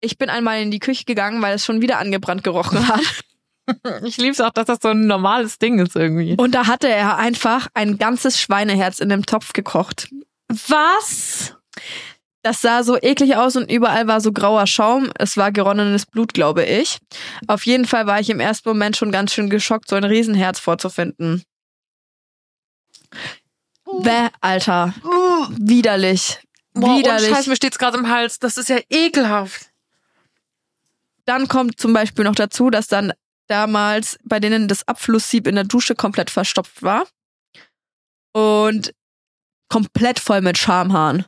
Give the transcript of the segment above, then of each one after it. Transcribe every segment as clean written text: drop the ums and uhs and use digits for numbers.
ich bin einmal in die Küche gegangen, weil es schon wieder angebrannt gerochen hat. Ich lieb's auch, dass das so ein normales Ding ist irgendwie. Und da hatte er einfach ein ganzes Schweineherz in einem Topf gekocht. Was? Das sah so eklig aus und überall war so grauer Schaum. Es war geronnenes Blut, glaube ich. Auf jeden Fall war ich im ersten Moment schon ganz schön geschockt, so ein Riesenherz vorzufinden. Bäh, Alter. Widerlich. Boah, Widerlich. Scheiße, mir steht's gerade im Hals. Das ist ja ekelhaft. Dann kommt zum Beispiel noch dazu, dass dann damals bei denen das Abflusssieb in der Dusche komplett verstopft war. Und komplett voll mit Schamhaaren.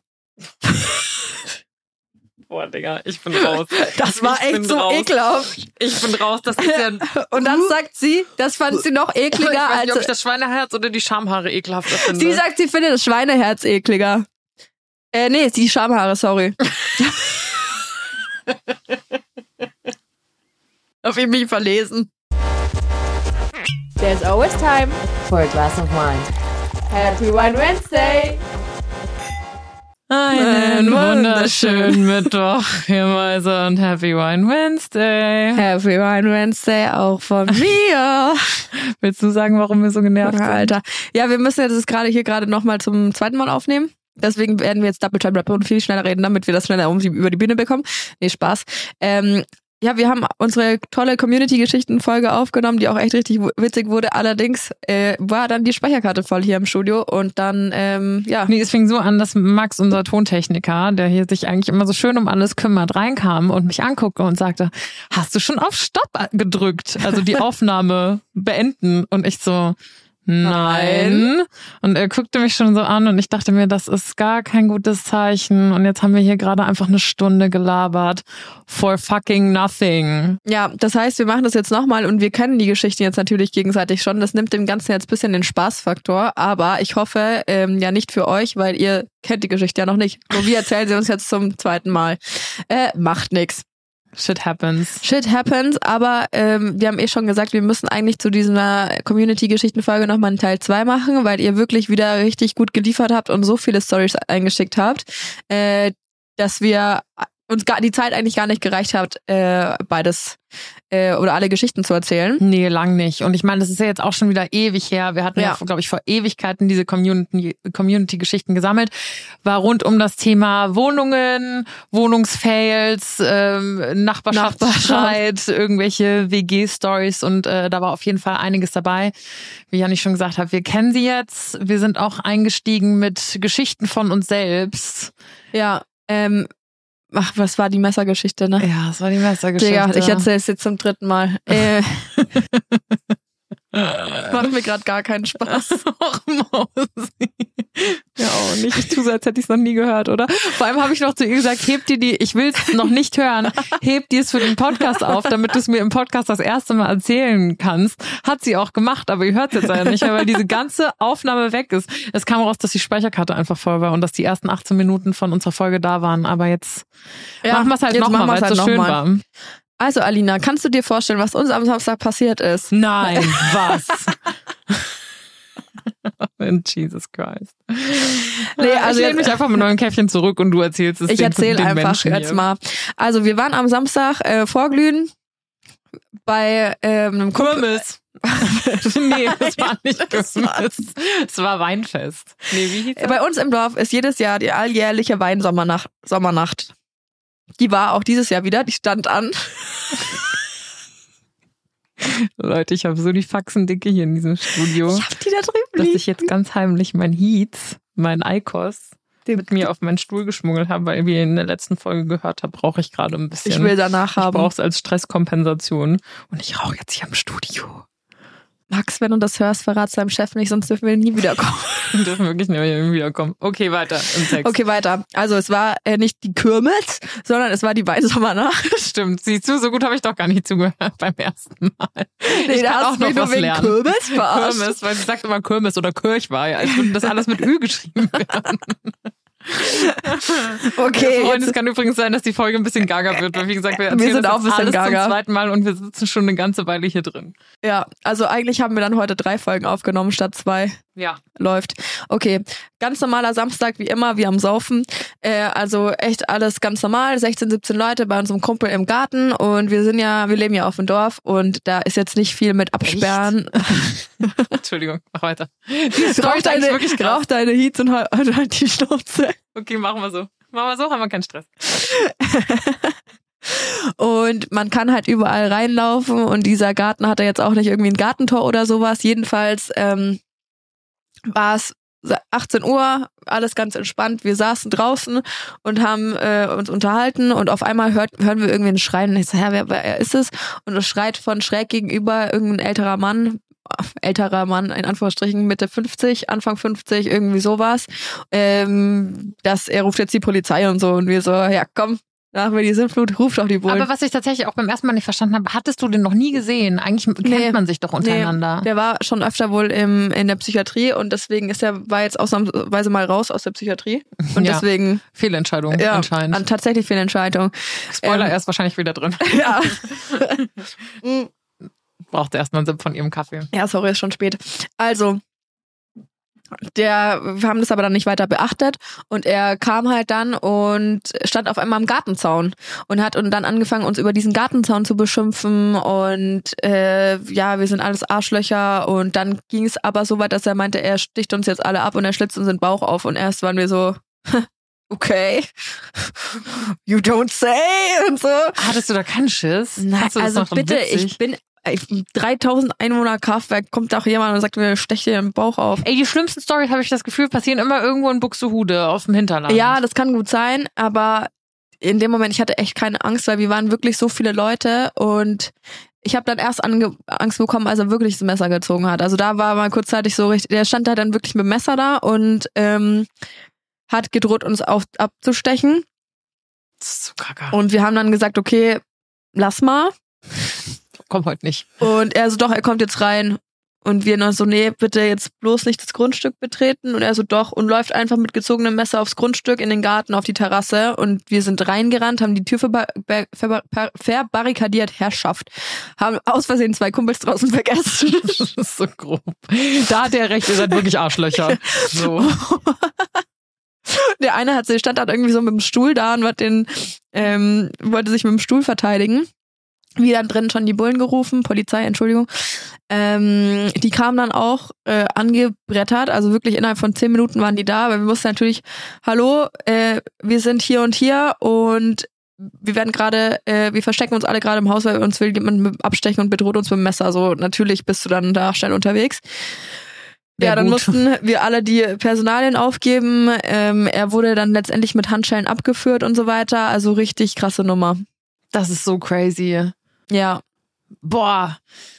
Boah, Digga, ich bin raus. Das war echt so ekelhaft. Ich bin raus, das ist ja... Und dann sagt sie, das fand sie noch ekliger ich weiß nicht, ob als... ich das Schweineherz oder die Schamhaare ekelhafter finde. Sie sagt, sie findet das Schweineherz ekliger. Nee, die Schamhaare, sorry. Hab ich mich verlesen. There's always time for a glass of wine. Happy Wine Wednesday! Einen wunderschönen Mittwoch, ihr Mäuse, und Happy Wine Wednesday. Happy Wine Wednesday auch von mir. Willst du sagen, warum wir so genervt sind? Alter. Ja, wir müssen jetzt gerade nochmal zum zweiten Mal aufnehmen. Deswegen werden wir jetzt Double Time Rapper und viel schneller reden, damit wir das schneller über die Bühne bekommen. Nee, Spaß. Ja, wir haben unsere tolle Community-Geschichten-Folge aufgenommen, die auch echt richtig witzig wurde. Allerdings war dann die Speicherkarte voll hier im Studio und dann, ja. Nee, es fing so an, dass Max, unser Tontechniker, der hier sich eigentlich immer so schön um alles kümmert, reinkam und mich anguckte und sagte, hast du schon auf Stopp gedrückt? Also die Aufnahme beenden. Und ich so... Nein. Und er guckte mich schon so an und ich dachte mir, das ist gar kein gutes Zeichen. Und jetzt haben wir hier gerade einfach eine Stunde gelabert. For fucking nothing. Ja, das heißt, wir machen das jetzt nochmal und wir kennen die Geschichten jetzt natürlich gegenseitig schon. Das nimmt dem Ganzen jetzt ein bisschen den Spaßfaktor. Aber ich hoffe, ja nicht für euch, weil ihr kennt die Geschichte ja noch nicht. Nur wir erzählen sie uns jetzt zum zweiten Mal. Macht nix. Shit happens. Shit happens, aber wir haben schon gesagt, wir müssen eigentlich zu dieser Community-Geschichten-Folge nochmal einen Teil 2 machen, weil ihr wirklich wieder richtig gut geliefert habt und so viele Storys eingeschickt habt, dass wir uns die Zeit eigentlich gar nicht gereicht hat, beides oder alle Geschichten zu erzählen. Nee, lang nicht. Und ich meine, das ist ja jetzt auch schon wieder ewig her. Wir hatten ja, glaube ich, vor Ewigkeiten diese Community-Geschichten gesammelt. War rund um das Thema Wohnungen, Wohnungsfails, Nachbarschaftsstreit, irgendwelche WG-Stories und da war auf jeden Fall einiges dabei. Wie Janni schon gesagt hat, wir kennen sie jetzt. Wir sind auch eingestiegen mit Geschichten von uns selbst. Ja, ach, was war die Messergeschichte, ne? Ja, das war die Messergeschichte. Digga, ich erzähle es jetzt zum 3. Mal. Macht mir gerade gar keinen Spaß. Ach, Mausi. Ja, auch nicht. Ich tue so, als hätte ich es noch nie gehört, oder? Vor allem habe ich noch zu ihr gesagt, heb dir die, ich will es noch nicht hören, heb dir es für den Podcast auf, damit du es mir im Podcast das erste Mal erzählen kannst. Hat sie auch gemacht, aber ihr hört es jetzt leider nicht mehr, weil diese ganze Aufnahme weg ist. Es kam raus, dass die Speicherkarte einfach voll war und dass die ersten 18 Minuten von unserer Folge da waren. Aber jetzt machen wir es halt nochmal, weil es so schön war. Also Alina, kannst du dir vorstellen, was uns am Samstag passiert ist? Nein, was? Jesus Christ. Nee, also ich lehne mich einfach mit neuen Käffchen zurück und du erzählst es. Ich erzähle einfach Menschen jetzt hier. mal. Also wir waren am Samstag vorglühen bei einem Kirmes. Nee, das war nicht Kirmes. Es war Weinfest. Nee, wie hieß das? Bei uns im Dorf ist jedes Jahr die alljährliche Sommernacht. Die war auch dieses Jahr wieder, die stand an. Leute, ich habe so die Faxendicke hier in diesem Studio. Ich hab die da drüben dass liegen. ich jetzt ganz heimlich mein Heats, mein Eikos, mit mir auf meinen Stuhl geschmuggelt habe, weil wie ihr in der letzten Folge gehört habt, brauche ich gerade ein bisschen. Ich will danach haben. Ich brauche es als Stresskompensation. Und ich rauche jetzt hier im Studio. Max, wenn du das hörst, verrat's deinem Chef nicht, sonst dürfen wir nie wiederkommen. Wir dürfen wirklich nicht mehr wiederkommen. Okay, weiter im Text. Okay, weiter. Also es war nicht die Kirmes, sondern es war die Weinsommernacht. Stimmt, siehst du, so gut habe ich doch gar nicht zugehört beim ersten Mal. Nee, Ich da kann hast auch du noch mich nur was wegen lernen. Kirmes verarscht. Kirmes, weil sie sagt immer Kirmes oder Kirchweih, als würde das alles mit Ü geschrieben werden. Okay. Freunde, es kann übrigens sein, dass die Folge ein bisschen gaga wird, weil wie gesagt, wir erzählen sind das auch ein bisschen alles gaga. zum zweiten Mal und wir sitzen schon eine ganze Weile hier drin. Ja, also eigentlich haben wir dann heute 3 Folgen aufgenommen statt 2. Ja. Läuft. Okay, ganz normaler Samstag, wie immer, wir am Saufen. Also echt alles ganz normal. 16, 17 Leute bei unserem Kumpel im Garten und wir leben ja auf dem Dorf und da ist jetzt nicht viel mit Absperren. Entschuldigung, mach weiter. Die Story ist eigentlich wirklich krass. Rauch deine Heats und halt die Schnauze. Okay, machen wir so. Haben wir keinen Stress. Und man kann halt überall reinlaufen und dieser Garten hatte jetzt auch nicht irgendwie ein Gartentor oder sowas. Jedenfalls war es 18 Uhr, alles ganz entspannt. Wir saßen draußen und haben uns unterhalten und auf einmal hören wir irgendwie einen Schreien. Und ich so, wer ist es? Und es schreit von schräg gegenüber irgendein älterer Mann, in Anführungsstrichen, Mitte 50, Anfang 50, irgendwie sowas. Dass er ruft jetzt die Polizei und so. Und wir so, ja komm, nach mir die Sintflut, ruft doch die Bullen. Aber was ich tatsächlich auch beim ersten Mal nicht verstanden habe, hattest du den noch nie gesehen? Eigentlich kennt man sich doch untereinander. Nee, der war schon öfter wohl in der Psychiatrie und deswegen war jetzt ausnahmsweise mal raus aus der Psychiatrie. Und deswegen... Fehlentscheidung anscheinend. Tatsächlich Fehlentscheidung. Spoiler, er ist wahrscheinlich wieder drin. Ja. Braucht erstmal einen Sip von ihrem Kaffee. Ja, sorry, ist schon spät. Also... wir haben das aber dann nicht weiter beachtet und er kam halt dann und stand auf einmal am Gartenzaun und hat dann angefangen, uns über diesen Gartenzaun zu beschimpfen und wir sind alles Arschlöcher und dann ging es aber so weit, dass er meinte, er sticht uns jetzt alle ab und er schlitzt uns den Bauch auf und erst waren wir so, okay, you don't say und so. Hattest du da keinen Schiss? Nein, also bitte, ich bin 3000 Einwohner Kraftwerk, kommt auch jemand und sagt mir, stech dir den Bauch auf. Ey, die schlimmsten Storys, habe ich das Gefühl, passieren immer irgendwo in Buxtehude auf dem Hinterland. Ja, das kann gut sein, aber in dem Moment, ich hatte echt keine Angst, weil wir waren wirklich so viele Leute und ich habe dann erst Angst bekommen, als er wirklich das Messer gezogen hat. Also da war mal kurzzeitig so richtig, der stand da dann wirklich mit dem Messer da und hat gedroht, uns abzustechen. Das ist so kacke. Und wir haben dann gesagt, okay, lass mal. Komm heute nicht. Und er so, doch, er kommt jetzt rein. Und wir noch so, nee, bitte jetzt bloß nicht das Grundstück betreten. Und er so, doch, und läuft einfach mit gezogenem Messer aufs Grundstück, in den Garten, auf die Terrasse. Und wir sind reingerannt, haben die Tür verbarrikadiert, Herrschaft. Haben aus Versehen 2 Kumpels draußen vergessen. Das ist so grob. Da hat er recht, ihr seid wirklich Arschlöcher. So. Der eine stand dann irgendwie so mit dem Stuhl da und wollte sich mit dem Stuhl verteidigen. Wir dann drin schon die Bullen gerufen, Polizei, Entschuldigung. Die kamen dann auch angebrettert, also wirklich innerhalb von 10 Minuten waren die da, weil wir mussten natürlich, hallo, wir sind hier und wir werden gerade, wir verstecken uns alle gerade im Haus, weil uns will jemand abstechen und bedroht uns mit dem Messer. Also natürlich bist du dann da schnell unterwegs. Ja, dann mussten wir alle die Personalien aufgeben. Er wurde dann letztendlich mit Handschellen abgeführt und so weiter. Also richtig krasse Nummer. Das ist so crazy. Ja. Boah.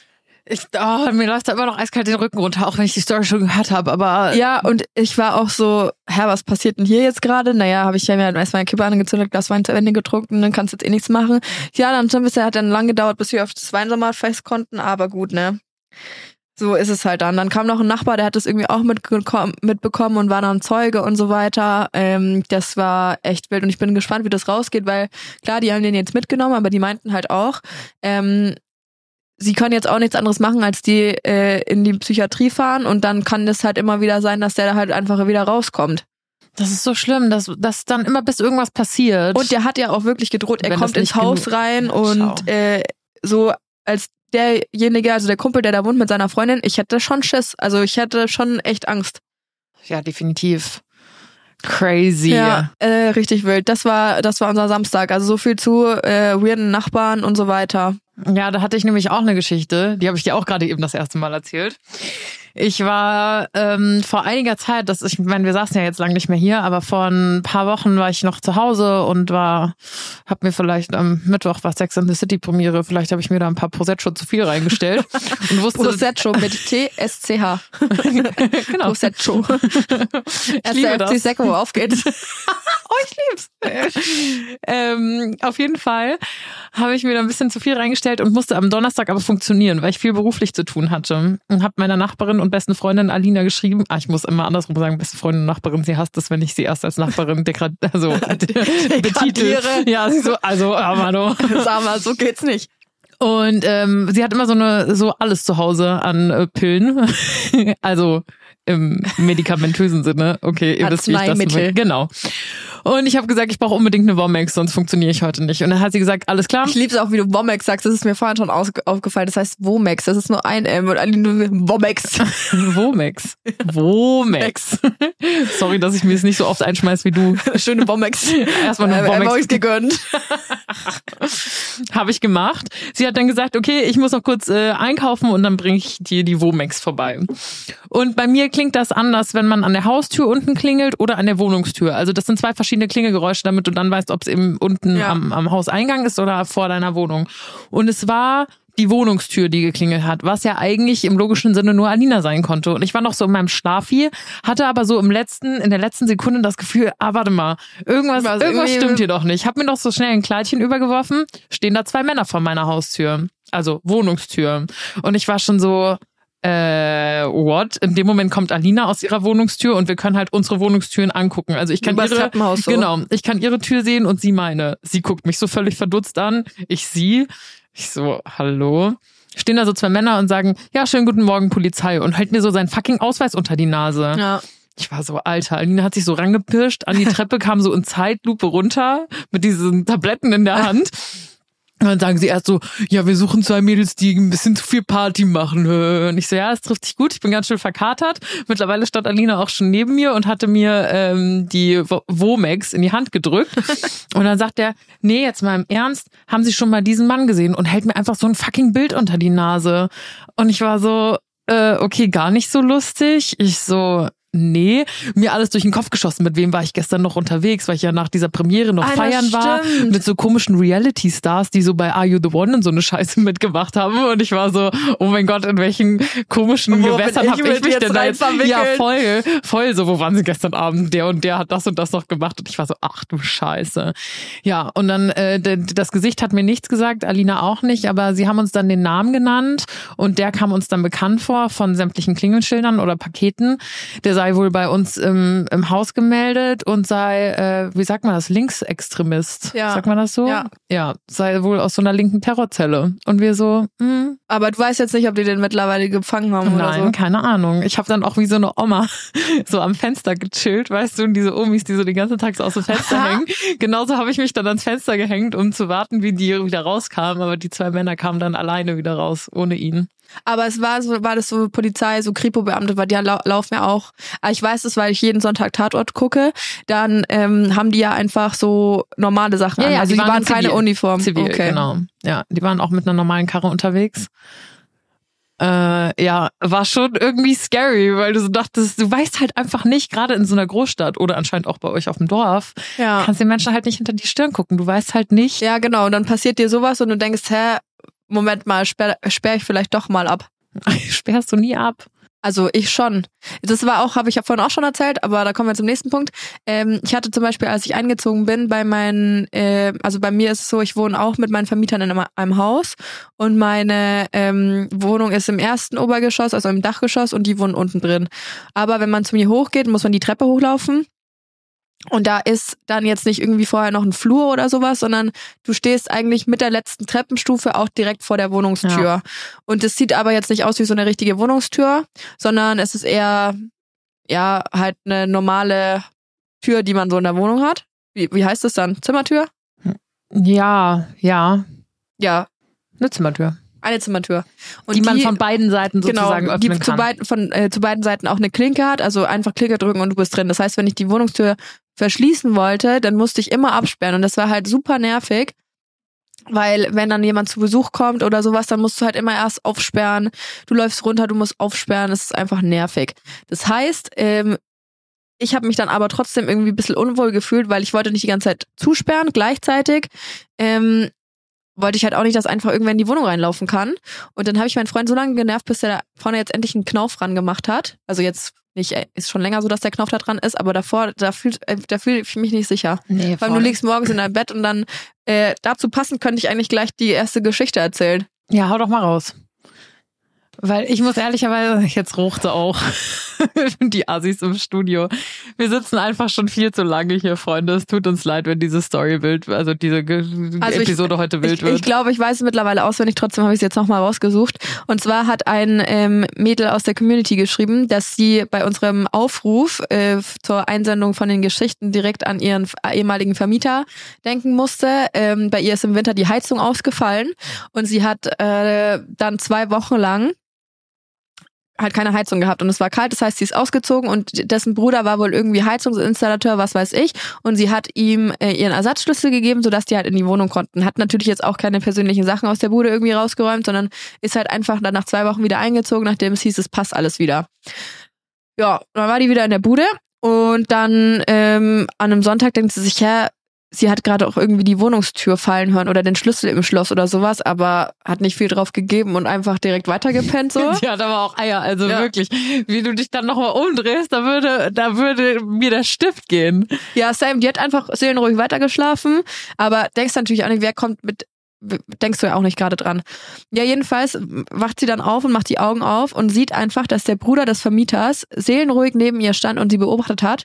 Mir läuft da immer noch eiskalt den Rücken runter, auch wenn ich die Story schon gehört habe, aber... Ja, und ich war auch so, was passiert denn hier jetzt gerade? Naja, habe ich ja mir halt erstmal eine Kippe angezündet, Glas Wein zu Ende getrunken, dann kannst du jetzt eh nichts machen. Ja, dann hat dann lang gedauert, bis wir auf das Weinsommerfest konnten, aber gut, ne? So ist es halt dann. Dann kam noch ein Nachbar, der hat das irgendwie auch mitbekommen und war dann Zeuge und so weiter. Das war echt wild und ich bin gespannt, wie das rausgeht, weil klar, die haben den jetzt mitgenommen, aber die meinten halt auch, sie können jetzt auch nichts anderes machen, als die in die Psychiatrie fahren und dann kann das halt immer wieder sein, dass der da halt einfach wieder rauskommt. Das ist so schlimm, dass dann immer bis irgendwas passiert. Und der hat ja auch wirklich gedroht, er kommt ins Haus rein und so als derjenige, also der Kumpel, der da wohnt mit seiner Freundin, ich hätte schon Schiss. Also ich hätte schon echt Angst. Ja, definitiv. Crazy. Ja, richtig wild. Das war unser Samstag. Also so viel zu weirden Nachbarn und so weiter. Ja, da hatte ich nämlich auch eine Geschichte. Die habe ich dir auch gerade eben das erste Mal erzählt. Ich war vor einiger Zeit, ich meine, wir saßen ja jetzt lange nicht mehr hier, aber vor ein paar Wochen war ich noch zu Hause und habe mir vielleicht am Mittwoch war Sex and the City Premiere, vielleicht habe ich mir da ein paar Prosecco zu viel reingestellt und wusste Prosecco mit T-S-C-H. Genau. Prosecco. Ich liebe das. Secco, auf geht's. Ich lieb's. Auf jeden Fall habe ich mir da ein bisschen zu viel reingestellt und musste am Donnerstag aber funktionieren, weil ich viel beruflich zu tun hatte und habe meiner Nachbarin und besten Freundin Alina geschrieben. Ich muss immer andersrum sagen, beste Freundin und Nachbarin, sie hasst es, wenn ich sie erst als Nachbarin betitle. Ja, sie so, Mano. Sag mal, so geht's nicht. Und sie hat immer so alles zu Hause an Pillen. Also im medikamentösen Sinne. Okay, ihr wisst, wie ich das Arzneimittel. Genau. Und ich habe gesagt, ich brauche unbedingt eine Womex, sonst funktioniere ich heute nicht. Und dann hat sie gesagt, alles klar. Ich liebe es auch, wie du Womex sagst. Das ist mir vorhin schon aufgefallen. Das heißt Womex. Das ist nur ein M und alle nur Womex. Womex. Womex. Sorry, dass ich mir es nicht so oft einschmeiß wie du. Schöne Womex. Erstmal eine Womex. Womex gegönnt. Habe ich gemacht. Sie hat dann gesagt, okay, ich muss noch kurz einkaufen und dann bringe ich dir die Womex vorbei. Und bei mir klingt das anders, wenn man an der Haustür unten klingelt oder an der Wohnungstür. Also das sind 2 verschiedene Klingelgeräusche, damit du dann weißt, ob es eben unten am Hauseingang ist oder vor deiner Wohnung. Und es war die Wohnungstür, die geklingelt hat, was ja eigentlich im logischen Sinne nur Alina sein konnte. Und ich war noch so in meinem Schlafi, hatte aber so in der letzten Sekunde das Gefühl, warte mal, irgendwas stimmt hier doch nicht. Hab mir doch so schnell ein Kleidchen übergeworfen, stehen da 2 Männer vor meiner Haustür, also Wohnungstür. Und ich war schon so, what? In dem Moment kommt Alina aus ihrer Wohnungstür und wir können halt unsere Wohnungstüren angucken. Also ich kann ich kann ihre Tür sehen und sie meine. Sie guckt mich so völlig verdutzt an, ich so, hallo? Stehen da so 2 Männer und sagen, ja, schönen guten Morgen, Polizei, und hält mir so seinen fucking Ausweis unter die Nase. Ja. Ich war so, Alter, Alina hat sich so rangepirscht, an die Treppe, kam so in Zeitlupe runter mit diesen Tabletten in der Hand. Und dann sagen sie erst so, ja, wir suchen 2 Mädels, die ein bisschen zu viel Party machen. Und ich so, ja, das trifft dich gut, ich bin ganz schön verkatert. Mittlerweile stand Alina auch schon neben mir und hatte mir die Womex in die Hand gedrückt. Und dann sagt er, nee, jetzt mal im Ernst, haben Sie schon mal diesen Mann gesehen? Und hält mir einfach so ein fucking Bild unter die Nase. Und ich war so, okay, gar nicht so lustig. Ich so, nee, mir alles durch den Kopf geschossen. Mit wem war ich gestern noch unterwegs, weil ich ja nach dieser Premiere noch feiern war. Mit so komischen Reality-Stars, die so bei Are You the One und so eine Scheiße mitgemacht haben. Und ich war so, oh mein Gott, in welchen komischen Gewässern habe ich mich denn da jetzt verwickelt? Ja, voll so, wo waren sie gestern Abend? Der und der hat das und das noch gemacht. Und ich war so, ach du Scheiße. Ja, und dann, das Gesicht hat mir nichts gesagt, Alina auch nicht, aber sie haben uns dann den Namen genannt und der kam uns dann bekannt vor von sämtlichen Klingelschildern oder Paketen. Der sei wohl bei uns im Haus gemeldet und sei, wie sagt man das, Linksextremist. Ja. Sagt man das so? Ja, sei wohl aus so einer linken Terrorzelle. Und wir so, Aber du weißt jetzt nicht, ob die den mittlerweile gefangen haben oder so? Nein, keine Ahnung. Ich habe dann auch wie so eine Oma so am Fenster gechillt, weißt du, und diese Omis, die so den ganzen Tag so aus dem Fenster hängen. Genauso habe ich mich dann ans Fenster gehängt, um zu warten, wie die wieder rauskamen. Aber die 2 Männer kamen dann alleine wieder raus, ohne ihn. Aber es war das so Polizei, so Kripo-Beamte, weil die laufen ja auch. Ich weiß es, weil ich jeden Sonntag Tatort gucke. Dann haben die ja einfach so normale Sachen an. Also die waren keine Uniform. Zivil, okay. Genau. Ja, die waren auch mit einer normalen Karre unterwegs. Ja, war schon irgendwie scary, weil du so dachtest, du weißt halt einfach nicht, gerade in so einer Großstadt oder anscheinend auch bei euch auf dem Dorf, kannst den Menschen halt nicht hinter die Stirn gucken. Du weißt halt nicht. Ja, genau. Und dann passiert dir sowas und du denkst, Moment mal, sperr ich vielleicht doch mal ab. Sperrst du nie ab? Also ich schon. Das war auch, habe ich ja vorhin auch schon erzählt, aber da kommen wir zum nächsten Punkt. Ich hatte zum Beispiel, als ich eingezogen bin, bei meinen, also bei mir ist es so, ich wohne auch mit meinen Vermietern in einem Haus und meine Wohnung ist im 1. Obergeschoss, also im Dachgeschoss, und die wohnen unten drin. Aber wenn man zu mir hochgeht, muss man die Treppe hochlaufen. Und da ist dann jetzt nicht irgendwie vorher noch ein Flur oder sowas, sondern du stehst eigentlich mit der letzten Treppenstufe auch direkt vor der Wohnungstür. Ja. Und es sieht aber jetzt nicht aus wie so eine richtige Wohnungstür, sondern es ist eher, ja, halt eine normale Tür, die man so in der Wohnung hat. Wie heißt das dann? Zimmertür? Ja. Ja. Eine Zimmertür. Eine Zimmertür. Und die man von beiden Seiten sozusagen öffnen kann. Die zu beiden Seiten auch eine Klinke hat, also einfach Klinke drücken und du bist drin. Das heißt, wenn ich die Wohnungstür verschließen wollte, dann musste ich immer absperren und das war halt super nervig, weil wenn dann jemand zu Besuch kommt oder sowas, dann musst du halt immer erst aufsperren. Du läufst runter, du musst aufsperren, das ist einfach nervig. Das heißt, ich habe mich dann aber trotzdem irgendwie ein bisschen unwohl gefühlt, weil ich wollte nicht die ganze Zeit zusperren. Gleichzeitig wollte ich halt auch nicht, dass einfach irgendwer in die Wohnung reinlaufen kann. Und dann habe ich meinen Freund so lange genervt, bis der da vorne jetzt endlich einen Knauf ran gemacht hat. Also jetzt nicht, ist schon länger so, dass der Knauf da dran ist, aber davor, da fühle ich mich nicht sicher. Nee, weil du liegst morgens in deinem Bett und dann dazu passend könnte ich eigentlich gleich die erste Geschichte erzählen. Ja, hau doch mal raus. Weil ich muss ehrlicherweise, jetzt ruchte auch die Assis im Studio. Wir sitzen einfach schon viel zu lange hier, Freunde. Es tut uns leid, wenn diese Story wild, also diese Episode heute wild wird. Ich glaube, ich weiß es mittlerweile auswendig, trotzdem habe ich es jetzt nochmal rausgesucht. Und zwar hat ein Mädel aus der Community geschrieben, dass sie bei unserem Aufruf zur Einsendung von den Geschichten direkt an ihren ehemaligen Vermieter denken musste. Bei ihr ist im Winter die Heizung ausgefallen und sie hat dann 2 Wochen lang halt keine Heizung gehabt und es war kalt, das heißt, sie ist ausgezogen und dessen Bruder war wohl irgendwie Heizungsinstallateur, was weiß ich, und sie hat ihm ihren Ersatzschlüssel gegeben, sodass die halt in die Wohnung konnten. Hat natürlich jetzt auch keine persönlichen Sachen aus der Bude irgendwie rausgeräumt, sondern ist halt einfach dann nach 2 Wochen wieder eingezogen, nachdem es hieß, es passt alles wieder. Ja, dann war die wieder in der Bude und dann an einem Sonntag denkt sie sich, sie hat gerade auch irgendwie die Wohnungstür fallen hören oder den Schlüssel im Schloss oder sowas, aber hat nicht viel drauf gegeben und einfach direkt weitergepennt so. Sie hat aber auch Eier, also wirklich. Wie du dich dann nochmal umdrehst, da würde mir der Stift gehen. Ja, Sam, die hat einfach seelenruhig weitergeschlafen, aber denkst natürlich auch nicht, wer kommt mit, denkst du ja auch nicht gerade dran. Ja, jedenfalls wacht sie dann auf und macht die Augen auf und sieht einfach, dass der Bruder des Vermieters seelenruhig neben ihr stand und sie beobachtet hat.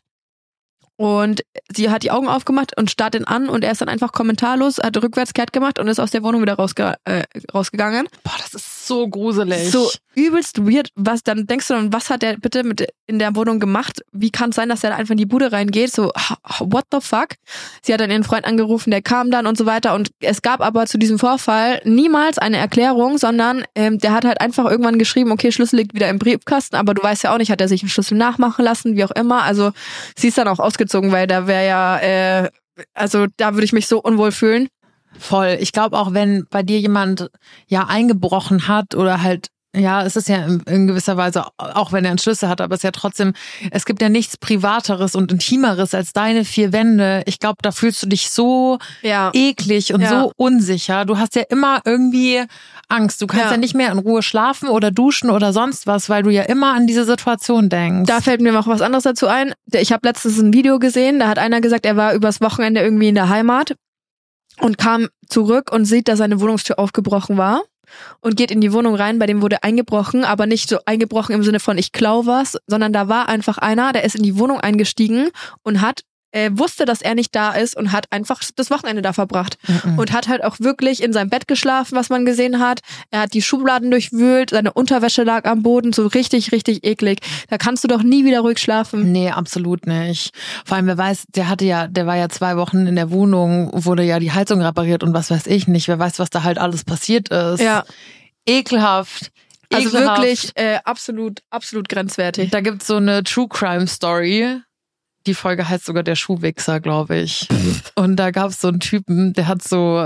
Und sie hat die Augen aufgemacht und starrt ihn an und er ist dann einfach kommentarlos, hat rückwärts kehrt gemacht und ist aus der Wohnung wieder rausgegangen. Boah, das ist so gruselig. So übelst weird. Dann denkst du dann, was hat der bitte in der Wohnung gemacht? Wie kann es sein, dass er da einfach in die Bude reingeht? So, what the fuck? Sie hat dann ihren Freund angerufen, der kam dann und so weiter. Und es gab aber zu diesem Vorfall niemals eine Erklärung, sondern der hat halt einfach irgendwann geschrieben, okay, Schlüssel liegt wieder im Briefkasten, aber du weißt ja auch nicht, hat er sich einen Schlüssel nachmachen lassen, wie auch immer. Also sie ist dann auch ausgezogen, weil da wäre ja, also da würde ich mich so unwohl fühlen. Voll. Ich glaube auch, wenn bei dir jemand ja eingebrochen hat oder halt, ja, es ist ja in gewisser Weise, auch wenn er einen Schlüssel hat, aber es ist ja trotzdem, es gibt ja nichts Privateres und Intimeres als deine 4 Wände. Ich glaube, da fühlst du dich so eklig und so unsicher. Du hast ja immer irgendwie Angst. Du kannst ja nicht mehr in Ruhe schlafen oder duschen oder sonst was, weil du ja immer an diese Situation denkst. Da fällt mir noch was anderes dazu ein. Ich habe letztens ein Video gesehen, da hat einer gesagt, er war übers Wochenende irgendwie in der Heimat und kam zurück und sieht, dass seine Wohnungstür aufgebrochen war und geht in die Wohnung rein, bei dem wurde eingebrochen, aber nicht so eingebrochen im Sinne von ich klau was, sondern da war einfach einer, der ist in die Wohnung eingestiegen und wusste, dass er nicht da ist und hat einfach das Wochenende da verbracht. Und hat halt auch wirklich in seinem Bett geschlafen, was man gesehen hat. Er hat die Schubladen durchwühlt, seine Unterwäsche lag am Boden, so richtig, richtig eklig. Da kannst du doch nie wieder ruhig schlafen. Nee, absolut nicht. Vor allem, wer weiß, der war ja 2 Wochen in der Wohnung, wurde ja die Heizung repariert und was weiß ich nicht. Wer weiß, was da halt alles passiert ist. Ja. Ekelhaft. Also wirklich absolut, absolut grenzwertig. Da gibt's so eine True Crime Story. Die Folge heißt sogar der Schuhwichser, glaube ich. Und da gab es so einen Typen, der hat so,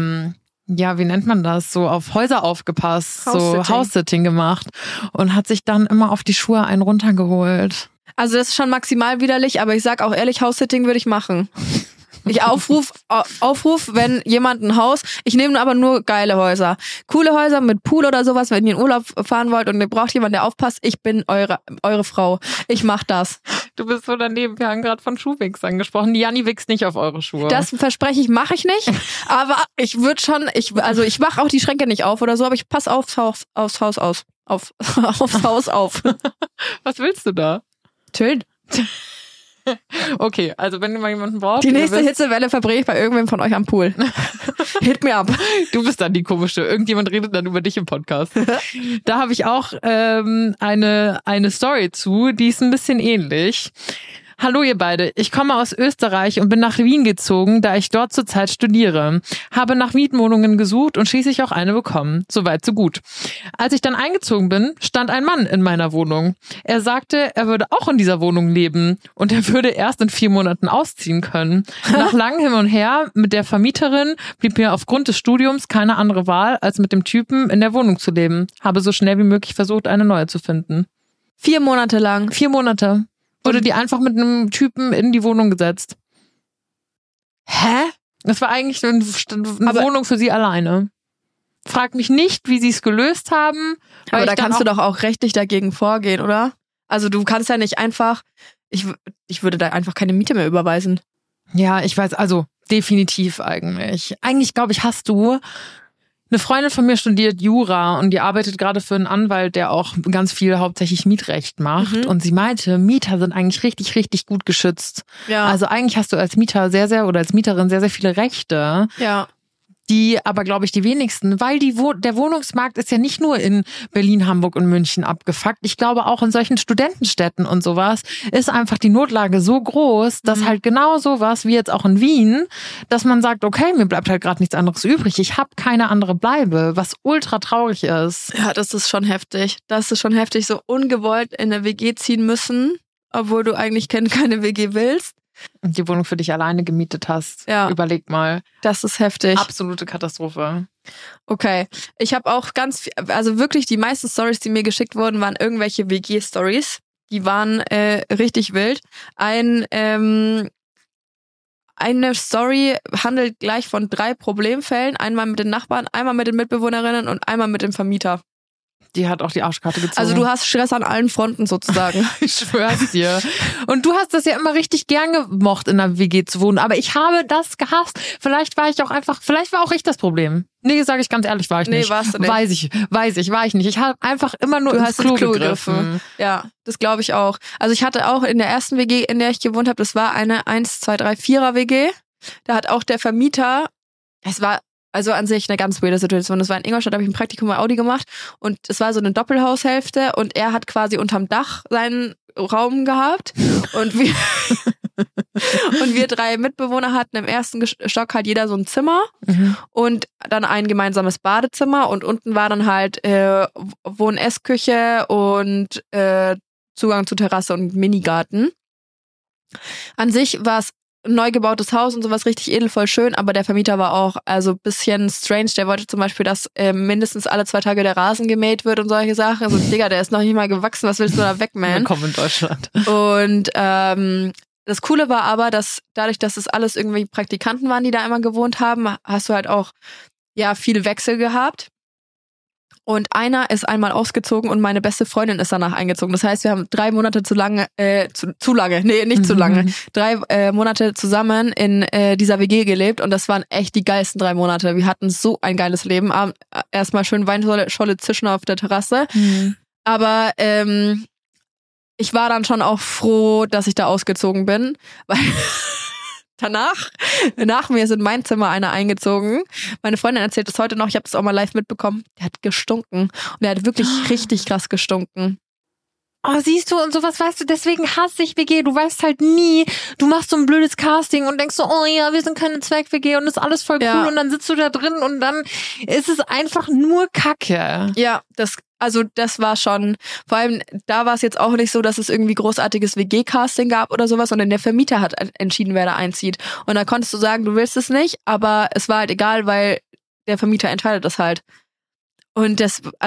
wie nennt man das, so auf Häuser aufgepasst, so House-Sitting gemacht und hat sich dann immer auf die Schuhe einen runtergeholt. Also das ist schon maximal widerlich, aber ich sag auch ehrlich, House-Sitting würde ich machen. Ich Aufruf, wenn jemand ein Haus, ich nehme aber nur geile Häuser. Coole Häuser mit Pool oder sowas, wenn ihr in Urlaub fahren wollt und ihr braucht jemanden, der aufpasst, ich bin eure Frau. Ich mach das. Du bist so daneben, wir haben gerade von Schuhwichsern gesprochen. Die Janni wichst nicht auf eure Schuhe. Das verspreche ich, mache ich nicht. Aber ich würde schon, ich mache auch die Schränke nicht auf oder so, aber ich passe aufs Haus auf. Aufs Haus auf. Was willst du da? Chillen. Okay, also wenn ihr mal jemanden braucht. Die nächste Hitzewelle verbringe ich bei irgendwem von euch am Pool. Hit me up. Du bist dann die komische. Irgendjemand redet dann über dich im Podcast. Da habe ich auch eine Story zu, die ist ein bisschen ähnlich. Hallo ihr beide, ich komme aus Österreich und bin nach Wien gezogen, da ich dort zurzeit studiere. Habe nach Mietwohnungen gesucht und schließlich auch eine bekommen. Soweit so gut. Als ich dann eingezogen bin, stand ein Mann in meiner Wohnung. Er sagte, er würde auch in dieser Wohnung leben und er würde erst in 4 Monaten ausziehen können. Nach langem Hin und Her mit der Vermieterin blieb mir aufgrund des Studiums keine andere Wahl, als mit dem Typen in der Wohnung zu leben. Habe so schnell wie möglich versucht, eine neue zu finden. 4 Monate lang? 4 Monate. Wurde die einfach mit einem Typen in die Wohnung gesetzt. Hä? Das war eigentlich eine Wohnung für sie alleine. Frag mich nicht, wie sie es gelöst haben. Aber da kannst du doch auch rechtlich dagegen vorgehen, oder? Also du kannst ja nicht einfach, ich würde da einfach keine Miete mehr überweisen. Ja, ich weiß, also definitiv eigentlich. Eigentlich, glaube ich, hast du Eine Freundin von mir studiert Jura und die arbeitet gerade für einen Anwalt, der auch ganz viel hauptsächlich Mietrecht macht. Und sie meinte, Mieter sind eigentlich richtig, richtig gut geschützt. Ja. Also eigentlich hast du als Mieter oder als Mieterin sehr, sehr viele Rechte. Ja. Die aber, glaube ich, die wenigsten, weil der Wohnungsmarkt ist ja nicht nur in Berlin, Hamburg und München abgefuckt. Ich glaube, auch in solchen Studentenstädten und sowas ist einfach die Notlage so groß, dass halt genau sowas wie jetzt auch in Wien, dass man sagt, okay, mir bleibt halt gerade nichts anderes übrig. Ich habe keine andere Bleibe, was ultra traurig ist. Ja, das ist schon heftig. Das ist schon heftig, so ungewollt in eine WG ziehen müssen, obwohl du eigentlich keine WG willst. Und die Wohnung für dich alleine gemietet hast. Ja. Überleg mal. Das ist heftig. Absolute Katastrophe. Okay. Ich habe auch also wirklich die meisten Stories, die mir geschickt wurden, waren irgendwelche WG-Stories. Die waren richtig wild. Eine Story handelt gleich von 3 Problemfällen. Einmal mit den Nachbarn, einmal mit den Mitbewohnerinnen und einmal mit dem Vermieter. Die hat auch die Arschkarte gezogen. Also du hast Stress an allen Fronten sozusagen. Ich schwör's dir. Und du hast das ja immer richtig gern gemocht, in einer WG zu wohnen. Aber ich habe das gehasst. Vielleicht war auch ich das Problem. Nee, sage ich ganz ehrlich, war ich nicht. Nee, warst du nicht. War ich nicht. Ich habe einfach immer nur ins Klo gegriffen. Ja, das glaube ich auch. Also ich hatte auch in der ersten WG, in der ich gewohnt habe, das war eine 1, 2, 3, 4er WG. Da hat auch der Vermieter, es war also an sich eine ganz weirde Situation. Das war in Ingolstadt, da habe ich ein Praktikum bei Audi gemacht und es war so eine Doppelhaushälfte und er hat quasi unterm Dach seinen Raum gehabt und wir 3 Mitbewohner hatten im ersten Stock halt jeder so ein Zimmer und dann ein gemeinsames Badezimmer und unten war dann halt Wohn-Essküche und Zugang zur Terrasse und Minigarten. An sich war es ein neu gebautes Haus und sowas richtig edel, voll schön, aber der Vermieter war auch also bisschen strange. Der wollte zum Beispiel, dass mindestens alle 2 Tage der Rasen gemäht wird und solche Sachen. Also Digga, der ist noch nicht mal gewachsen, was willst du da wegmähen? Willkommen in Deutschland. Und das Coole war aber, dass dadurch, dass es alles irgendwie Praktikanten waren, die da immer gewohnt haben, hast du halt auch ja viel Wechsel gehabt. Und einer ist einmal ausgezogen und meine beste Freundin ist danach eingezogen. Das heißt, wir haben 3 Monate zu lange, nicht zu lange, 3 Monate zusammen in dieser WG gelebt und das waren echt die geilsten 3 Monate. Wir hatten so ein geiles Leben. Erstmal schön Weinscholle zischen auf der Terrasse. Aber ich war dann schon auch froh, dass ich da ausgezogen bin, weil nach mir ist in mein Zimmer einer eingezogen. Meine Freundin erzählt es heute noch, ich habe das auch mal live mitbekommen. Der hat gestunken. Und der hat wirklich richtig krass gestunken. Oh, siehst du, und sowas weißt du, deswegen hasse ich WG. Du weißt halt nie, du machst so ein blödes Casting und denkst so, oh ja, wir sind keine Zweig-WG und ist alles voll cool und dann sitzt du da drin und dann ist es einfach nur Kacke. Ja, das war schon, vor allem da war es jetzt auch nicht so, dass es irgendwie großartiges WG-Casting gab oder sowas, sondern der Vermieter hat entschieden, wer da einzieht. Und da konntest du sagen, du willst es nicht, aber es war halt egal, weil der Vermieter entscheidet das halt. Und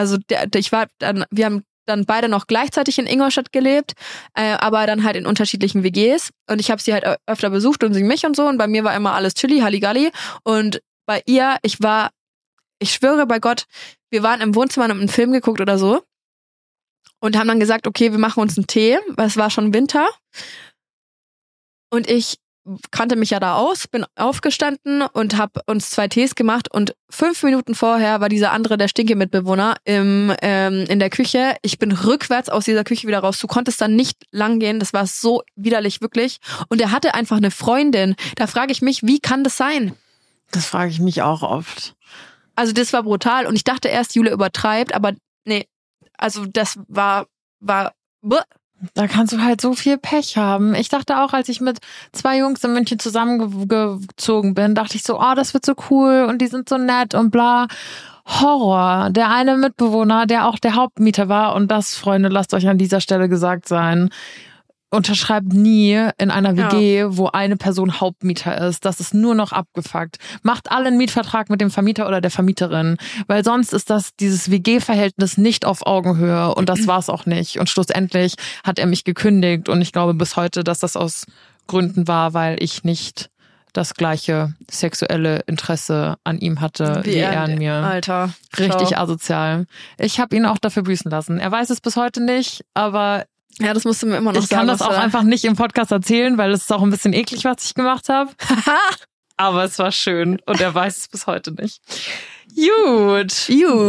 wir haben dann beide noch gleichzeitig in Ingolstadt gelebt, aber dann halt in unterschiedlichen WGs. Und ich habe sie halt öfter besucht und sie mich und so. Und bei mir war immer alles Chili, Halligalli. Und bei ihr, ich schwöre bei Gott, wir waren im Wohnzimmer und haben einen Film geguckt oder so und haben dann gesagt, okay, wir machen uns einen Tee, weil es war schon Winter. Und ich kannte mich ja da aus, bin aufgestanden und habe uns 2 Tees gemacht und 5 Minuten vorher war dieser andere, der Stinke-Mitbewohner in der Küche. Ich bin rückwärts aus dieser Küche wieder raus. Du konntest dann nicht lang gehen, das war so widerlich, wirklich. Und er hatte einfach eine Freundin. Da frage ich mich, wie kann das sein? Das frage ich mich auch oft. Also das war brutal und ich dachte erst, Jule übertreibt, aber nee, also das war Da kannst du halt so viel Pech haben. Ich dachte auch, als ich mit 2 Jungs in München zusammengezogen bin, dachte ich so, oh, das wird so cool und die sind so nett und bla. Horror. Der eine Mitbewohner, der auch der Hauptmieter war und das, Freunde, lasst euch an dieser Stelle gesagt sein, unterschreibt nie in einer WG, wo eine Person Hauptmieter ist. Das ist nur noch abgefuckt. Macht alle einen Mietvertrag mit dem Vermieter oder der Vermieterin, weil sonst ist dieses WG-Verhältnis nicht auf Augenhöhe und das war's auch nicht. Und schlussendlich hat er mich gekündigt und ich glaube bis heute, dass das aus Gründen war, weil ich nicht das gleiche sexuelle Interesse an ihm hatte, wie er an mir. Alter. Richtig asozial. Ich habe ihn auch dafür büßen lassen. Er weiß es bis heute nicht, aber ja, das musst du mir immer noch sagen. Ich kann das auch einfach nicht im Podcast erzählen, weil es ist auch ein bisschen eklig, was ich gemacht habe. Aber es war schön und er weiß es bis heute nicht. Gut.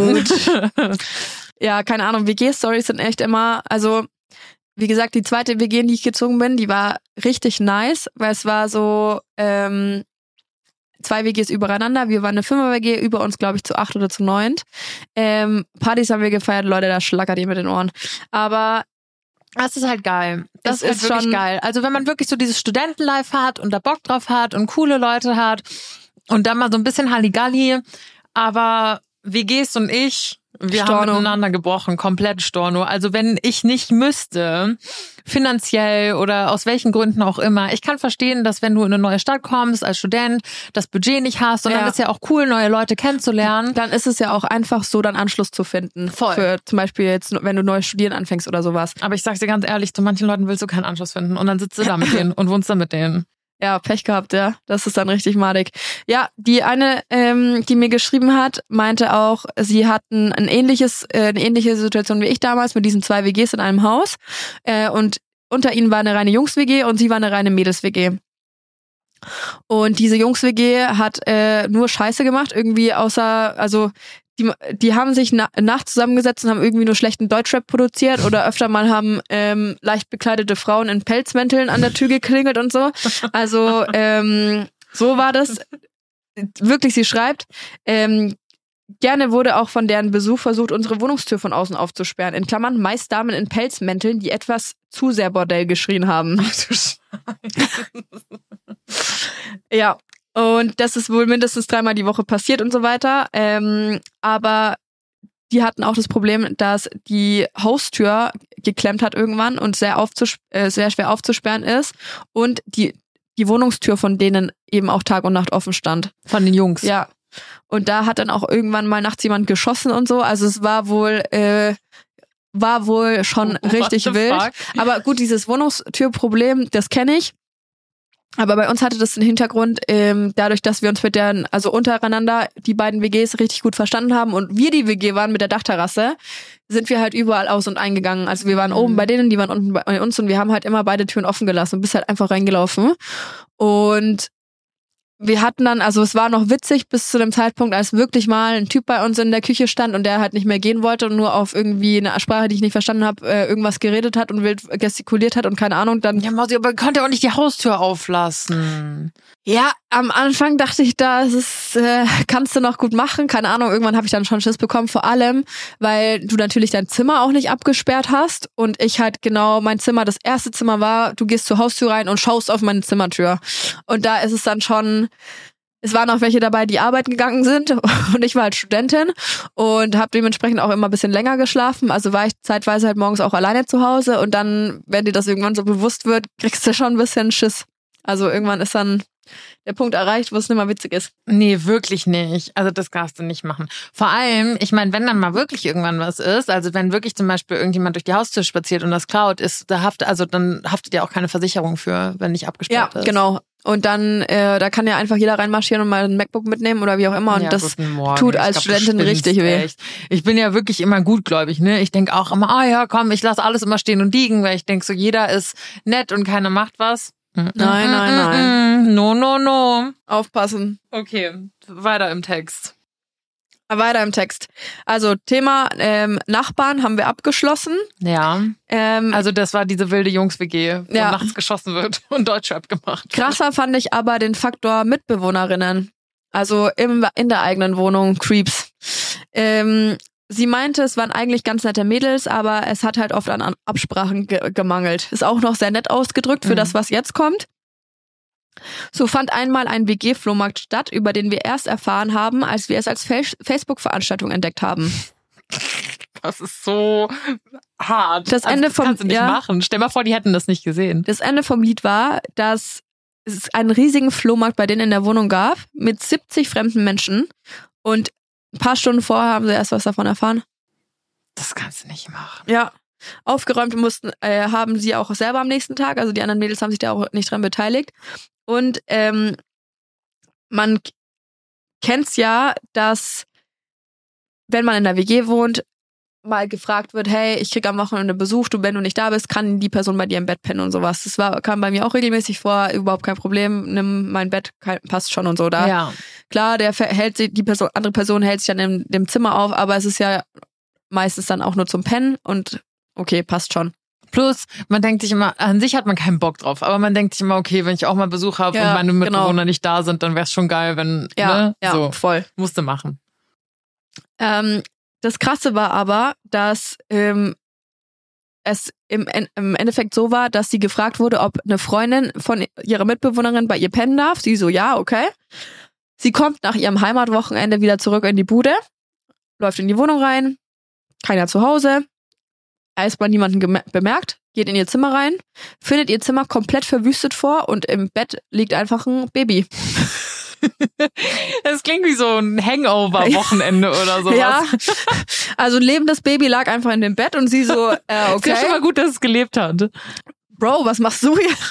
Ja, keine Ahnung, WG-Stories sind echt immer, also wie gesagt, die zweite WG, in die ich gezogen bin, die war richtig nice, weil es war so 2 WGs übereinander. Wir waren eine 5er-WG, über uns glaube ich zu 8 oder zu 9. Partys haben wir gefeiert, Leute, da schlackert ihr mit den Ohren. Aber das ist halt geil. Das Es ist ist wirklich schon- geil. Also wenn man wirklich so dieses Studentenlife hat und da Bock drauf hat und coole Leute hat und dann mal so ein bisschen Halligalli, aber WGs und ich, wir haben Storno. miteinander gebrochen, komplett Storno. Also wenn ich nicht müsste, finanziell oder aus welchen Gründen auch immer, ich kann verstehen, dass wenn du in eine neue Stadt kommst als Student, das Budget nicht hast und dann Ja. ist ja auch cool, neue Leute kennenzulernen. dann ist es ja auch einfach so, dann Anschluss zu finden. Voll. Für zum Beispiel jetzt, wenn du neu studieren anfängst oder sowas. Aber ich sag's dir ganz ehrlich, zu manchen Leuten willst du keinen Anschluss finden und dann sitzt du da mit denen und wohnst da mit denen. Ja, Pech gehabt, ja. Das ist dann richtig madig. Ja, die eine, die mir geschrieben hat, meinte auch, sie hatten eine ähnliche Situation wie ich damals mit diesen 2 WGs in einem Haus. Und unter ihnen war eine reine Jungs-WG und sie war eine reine Mädels-WG. Und diese Jungs-WG hat nur Scheiße gemacht, irgendwie also die haben sich nachts zusammengesetzt und haben irgendwie nur schlechten Deutschrap produziert oder öfter mal haben leicht bekleidete Frauen in Pelzmänteln an der Tür geklingelt und so. Also so war das. Wirklich, sie schreibt, gerne wurde auch von deren Besuch versucht, unsere Wohnungstür von außen aufzusperren. In Klammern meist Damen in Pelzmänteln, die etwas zu sehr Bordell geschrien haben. Ja, und das ist wohl mindestens 3-mal die Woche passiert und so weiter. Aber die hatten auch das Problem, dass die Haustür geklemmt hat irgendwann und sehr schwer aufzusperren ist und die Wohnungstür von denen eben auch Tag und Nacht offen stand. Von den Jungs. Ja. Und da hat dann auch irgendwann mal nachts jemand geschossen und so. Also es war wohl schon richtig What the wild. fuck? Aber gut, dieses Wohnungstürproblem, das kenne ich. Aber bei uns hatte das den Hintergrund, dadurch, dass wir uns also untereinander die beiden WGs richtig gut verstanden haben und wir die WG waren mit der Dachterrasse, sind wir halt überall aus- und eingegangen. Also wir waren oben bei denen, die waren unten bei uns und wir haben halt immer beide Türen offen gelassen und bist halt einfach reingelaufen. Und wir hatten dann, also es war noch witzig bis zu dem Zeitpunkt, als wirklich mal ein Typ bei uns in der Küche stand und der halt nicht mehr gehen wollte und nur auf irgendwie eine Sprache, die ich nicht verstanden habe, irgendwas geredet hat und wild gestikuliert hat und keine Ahnung, dann... Ja, Mausi, aber konnte auch nicht die Haustür auflassen. Ja, am Anfang dachte ich, kannst du noch gut machen. Keine Ahnung, irgendwann habe ich dann schon Schiss bekommen, vor allem, weil du natürlich dein Zimmer auch nicht abgesperrt hast und ich halt genau mein Zimmer, das erste Zimmer war, du gehst zur Haustür rein und schaust auf meine Zimmertür. Und da ist es dann schon, es waren auch welche dabei, die arbeiten gegangen sind und ich war halt Studentin und habe dementsprechend auch immer ein bisschen länger geschlafen. Also war ich zeitweise halt morgens auch alleine zu Hause und dann, wenn dir das irgendwann so bewusst wird, kriegst du schon ein bisschen Schiss. Also irgendwann ist dann der Punkt erreicht, wo es nicht mehr witzig ist. Nee, wirklich nicht. Also das darfst du nicht machen. Vor allem, ich meine, wenn dann mal wirklich irgendwann was ist, also wenn wirklich zum Beispiel irgendjemand durch die Haustür spaziert und das klaut, dann haftet ja auch keine Versicherung für, wenn nicht abgesperrt ist. Genau. Und dann, da kann ja einfach jeder reinmarschieren und mal ein MacBook mitnehmen oder wie auch immer. Und Ja, das guten Morgen. tut Ich als glaub, du Studentin spinnst richtig weh. echt. Ich bin ja wirklich immer gutgläubig, ne? Ich denk auch immer, ja, komm, ich lasse alles immer stehen und liegen, weil ich denk so, jeder ist nett und keiner macht was. Nein. No. Aufpassen. Okay, weiter im Text. Weiter im Text. Also Thema Nachbarn haben wir abgeschlossen. Ja. Also das war diese wilde Jungs-WG, wo Ja. nachts geschossen wird und Deutschrap gemacht. Krasser fand ich aber den Faktor Mitbewohnerinnen. Also in der eigenen Wohnung, Creeps. Sie meinte, es waren eigentlich ganz nette Mädels, aber es hat halt oft an Absprachen gemangelt. Ist auch noch sehr nett ausgedrückt für das, was jetzt kommt. So fand einmal ein WG-Flohmarkt statt, über den wir erst erfahren haben, als wir es als Facebook-Veranstaltung entdeckt haben. Das ist so hart. Das Ende vom- kannst du nicht ja. machen. Stell mal vor, die hätten das nicht gesehen. Das Ende vom Lied war, dass es einen riesigen Flohmarkt bei denen in der Wohnung gab, mit 70 fremden Menschen. Und ein paar Stunden vorher haben sie erst was davon erfahren. Das kannst du nicht machen. Ja. Aufgeräumt haben sie auch selber am nächsten Tag. Also die anderen Mädels haben sich da auch nicht dran beteiligt. Und man kennt's ja, dass wenn man in der WG wohnt, mal gefragt wird, hey, ich krieg am Wochenende Besuch, wenn du nicht da bist, kann die Person bei dir im Bett pennen und sowas. Kam bei mir auch regelmäßig vor, überhaupt kein Problem, nimm mein Bett, passt schon und so. Da klar, andere Person hält sich dann in dem Zimmer auf, aber es ist ja meistens dann auch nur zum Pennen und okay, passt schon. Plus, man denkt sich immer, an sich hat man keinen Bock drauf, aber man denkt sich immer, okay, wenn ich auch mal Besuch habe und meine Mitbewohner nicht da sind, dann wäre es schon geil, wenn, voll. Musste machen. Das Krasse war aber, dass es im Endeffekt so war, dass sie gefragt wurde, ob eine Freundin von ihrer Mitbewohnerin bei ihr pennen darf. Sie so, ja, okay. Sie kommt nach ihrem Heimatwochenende wieder zurück in die Bude, läuft in die Wohnung rein, keiner zu Hause, erstmal niemanden bemerkt, geht in ihr Zimmer rein, findet ihr Zimmer komplett verwüstet vor und im Bett liegt einfach ein Baby. Das klingt wie so ein Hangover-Wochenende oder sowas. Ja, also ein lebendes Baby lag einfach in dem Bett und sie so, okay. Ist ja schon mal gut, dass es gelebt hat. Bro, was machst du hier?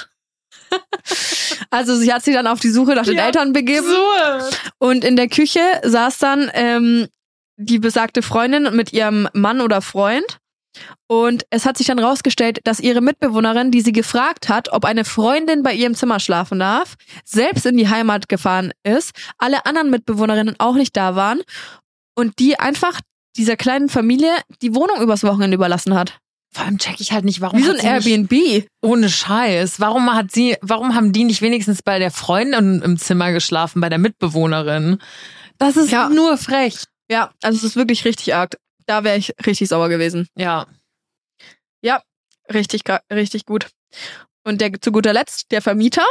Also sie hat sich dann auf die Suche nach den Eltern begeben. Und in der Küche saß dann die besagte Freundin mit ihrem Mann oder Freund. Und es hat sich dann rausgestellt, dass ihre Mitbewohnerin, die sie gefragt hat, ob eine Freundin bei ihr im Zimmer schlafen darf, selbst in die Heimat gefahren ist, alle anderen Mitbewohnerinnen auch nicht da waren und die einfach dieser kleinen Familie die Wohnung übers Wochenende überlassen hat. Vor allem check ich halt nicht, warum. Wie so ein Airbnb. Ohne Scheiß. Warum haben die nicht wenigstens bei der Freundin im Zimmer geschlafen, bei der Mitbewohnerin? Das ist nur frech. Ja, also es ist wirklich richtig arg. Da wäre ich richtig sauer gewesen. Ja. Ja, richtig gut. Und zu guter Letzt, der Vermieter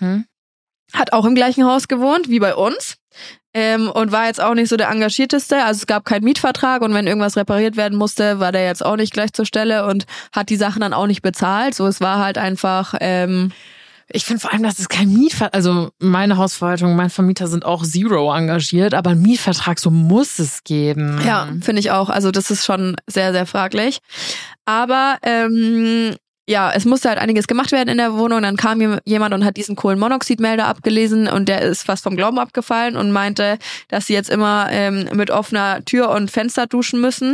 hat auch im gleichen Haus gewohnt wie bei uns und war jetzt auch nicht so der Engagierteste. Also es gab keinen Mietvertrag und wenn irgendwas repariert werden musste, war der jetzt auch nicht gleich zur Stelle und hat die Sachen dann auch nicht bezahlt. So, es war halt einfach... Ich finde vor allem, dass es kein Mietvertrag, also meine Hausverwaltung, mein Vermieter sind auch zero engagiert, aber ein Mietvertrag, so muss es geben. Ja, finde ich auch. Also das ist schon sehr, sehr fraglich. Aber es musste halt einiges gemacht werden in der Wohnung. Dann kam jemand und hat diesen Kohlenmonoxidmelder abgelesen und der ist fast vom Glauben abgefallen und meinte, dass sie jetzt immer mit offener Tür und Fenster duschen müssen.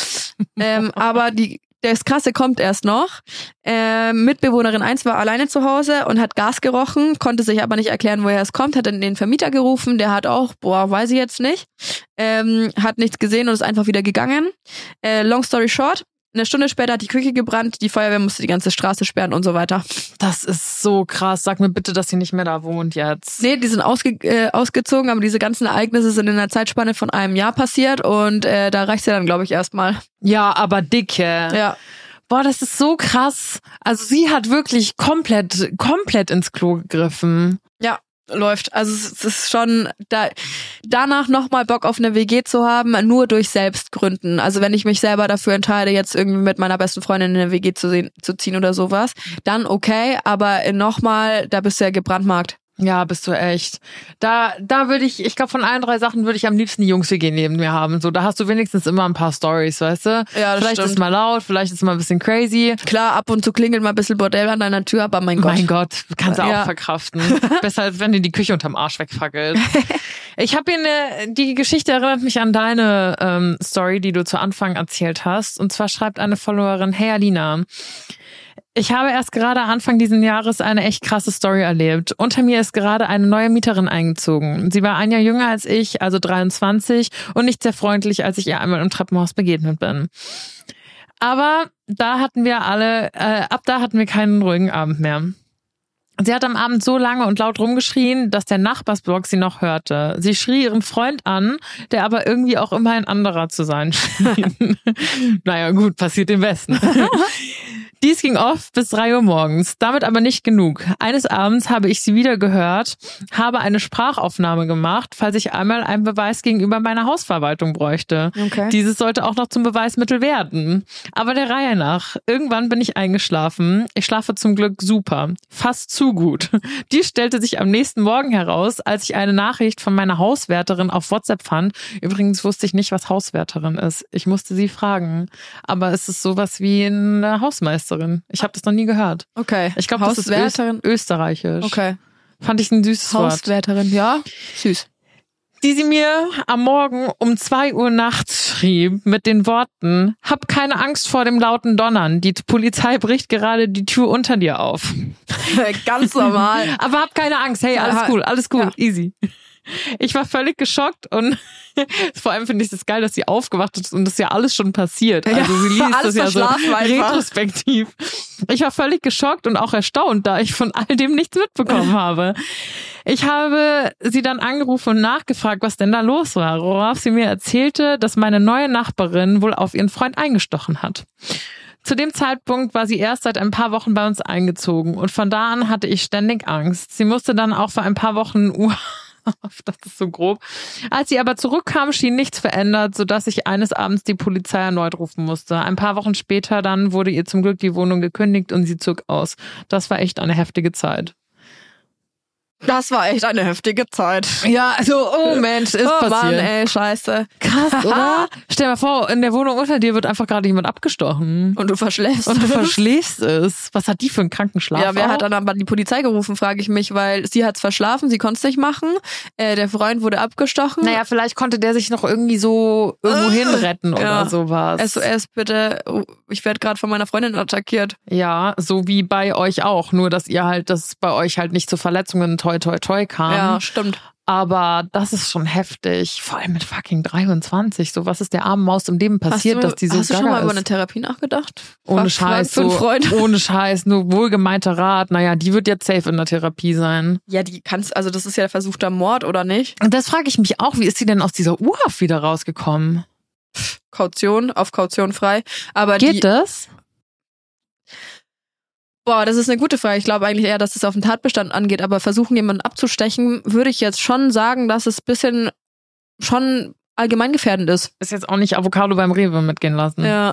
Aber das Krasse kommt erst noch. Mitbewohnerin 1 war alleine zu Hause und hat Gas gerochen, konnte sich aber nicht erklären, woher es kommt, hat dann den Vermieter gerufen, der hat auch, weiß ich jetzt nicht, hat nichts gesehen und ist einfach wieder gegangen. Long story short, eine Stunde später hat die Küche gebrannt, die Feuerwehr musste die ganze Straße sperren und so weiter. Das ist so krass. Sag mir bitte, dass sie nicht mehr da wohnt jetzt. Nee, die sind ausgezogen, aber diese ganzen Ereignisse sind in einer Zeitspanne von einem Jahr passiert und da reicht's ja dann, glaube ich, erstmal. Ja, aber dicke. Ja. Boah, das ist so krass. Also sie hat wirklich komplett ins Klo gegriffen. Ja. Läuft. Also es ist schon danach nochmal Bock auf eine WG zu haben, nur durch Selbstgründen. Also wenn ich mich selber dafür entscheide, jetzt irgendwie mit meiner besten Freundin in eine WG zu ziehen oder sowas, dann okay, aber nochmal, da bist du ja gebrandmarkt. Ja, bist du echt. Da würde ich glaube, von allen 3 Sachen würde ich am liebsten die Jungs-WG neben mir haben. So, da hast du wenigstens immer ein paar Stories, weißt du? Ja, das vielleicht stimmt. ist mal laut, vielleicht ist mal ein bisschen crazy. Klar, ab und zu klingelt mal ein bisschen Bordell an deiner Tür, aber mein Gott. Kannst du auch verkraften. Besser als wenn dir die Küche unterm Arsch wegfackelt. Ich habe hier die Geschichte erinnert mich an deine Story, die du zu Anfang erzählt hast. Und zwar schreibt eine Followerin, hey Alina, ich habe erst gerade Anfang dieses Jahres eine echt krasse Story erlebt. Unter mir ist gerade eine neue Mieterin eingezogen. Sie war ein Jahr jünger als ich, also 23, und nicht sehr freundlich, als ich ihr einmal im Treppenhaus begegnet bin. Aber ab da hatten wir keinen ruhigen Abend mehr. Sie hat am Abend so lange und laut rumgeschrien, dass der Nachbarsblock sie noch hörte. Sie schrie ihren Freund an, der aber irgendwie auch immer ein anderer zu sein schien. Naja, gut, passiert dem Besten. Dies ging oft bis 3 Uhr morgens, damit aber nicht genug. Eines Abends habe ich sie wieder gehört, habe eine Sprachaufnahme gemacht, falls ich einmal einen Beweis gegenüber meiner Hausverwaltung bräuchte. Okay. Dieses sollte auch noch zum Beweismittel werden. Aber der Reihe nach. Irgendwann bin ich eingeschlafen. Ich schlafe zum Glück super. Fast zu gut. Dies stellte sich am nächsten Morgen heraus, als ich eine Nachricht von meiner Hauswärterin auf WhatsApp fand. Übrigens wusste ich nicht, was Hauswärterin ist. Ich musste sie fragen. Aber es ist sowas wie eine Hausmeisterin. Ich habe das noch nie gehört. Okay. Ich glaube, das ist österreichisch. Okay. Fand ich ein süßes Wort. Hauswärterin, ja. Süß. die sie mir am Morgen um 2 Uhr nachts schrieb mit den Worten: Hab keine Angst vor dem lauten Donnern. Die Polizei bricht gerade die Tür unter dir auf. Ganz normal. Aber hab keine Angst. Hey, alles cool, easy. Ich war völlig geschockt und vor allem finde ich es geil, dass sie aufgewacht ist und das ist ja alles schon passiert. Also sie liest das ja so retrospektiv. Ich war völlig geschockt und auch erstaunt, da ich von all dem nichts mitbekommen habe. Ich habe sie dann angerufen und nachgefragt, was denn da los war, worauf sie mir erzählte, dass meine neue Nachbarin wohl auf ihren Freund eingestochen hat. Zu dem Zeitpunkt war sie erst seit ein paar Wochen bei uns eingezogen und von da an hatte ich ständig Angst. Sie musste dann auch vor ein paar Wochen das ist so grob. Als sie aber zurückkam, schien nichts verändert, sodass ich eines Abends die Polizei erneut rufen musste. Ein paar Wochen später dann wurde ihr zum Glück die Wohnung gekündigt und sie zog aus. Das war echt eine heftige Zeit. Das war echt eine heftige Zeit. Ja, also, oh Mensch, ist passiert. Mann, ey, scheiße. Krass, oder? Stell dir mal vor, in der Wohnung unter dir wird einfach gerade jemand abgestochen. Und du verschläfst. Und du verschläfst es. Was hat die für einen kranken Schlaf? Ja, wer hat dann aber die Polizei gerufen, frage ich mich, weil sie hat's verschlafen, sie konnte es nicht machen. Der Freund wurde abgestochen. Naja, vielleicht konnte der sich noch irgendwie so irgendwo hinretten oder sowas. SOS, bitte. Ich werde gerade von meiner Freundin attackiert. Ja, so wie bei euch auch. Nur, dass ihr halt, dass bei euch halt nicht zu Verletzungen toi kam. Ja, stimmt. Aber das ist schon heftig. Vor allem mit fucking 23. So, was ist der armen Maus im Leben passiert, dass die so gaga ist? Hast du schon mal über eine Therapie nachgedacht? Ohne Scheiß. So, ohne Scheiß. Nur wohlgemeinter Rat. Naja, die wird jetzt safe in der Therapie sein. Ja, also das ist ja versuchter Mord, oder nicht? Und das frage ich mich auch. Wie ist sie denn aus dieser U-Haft wieder rausgekommen? Auf Kaution frei. Aber Geht das? Boah, das ist eine gute Frage. Ich glaube eigentlich eher, dass es auf den Tatbestand angeht, aber versuchen, jemanden abzustechen, würde ich jetzt schon sagen, dass es ein bisschen schon allgemeingefährdend ist. Ist jetzt auch nicht Avocado beim Rewe mitgehen lassen. Ja.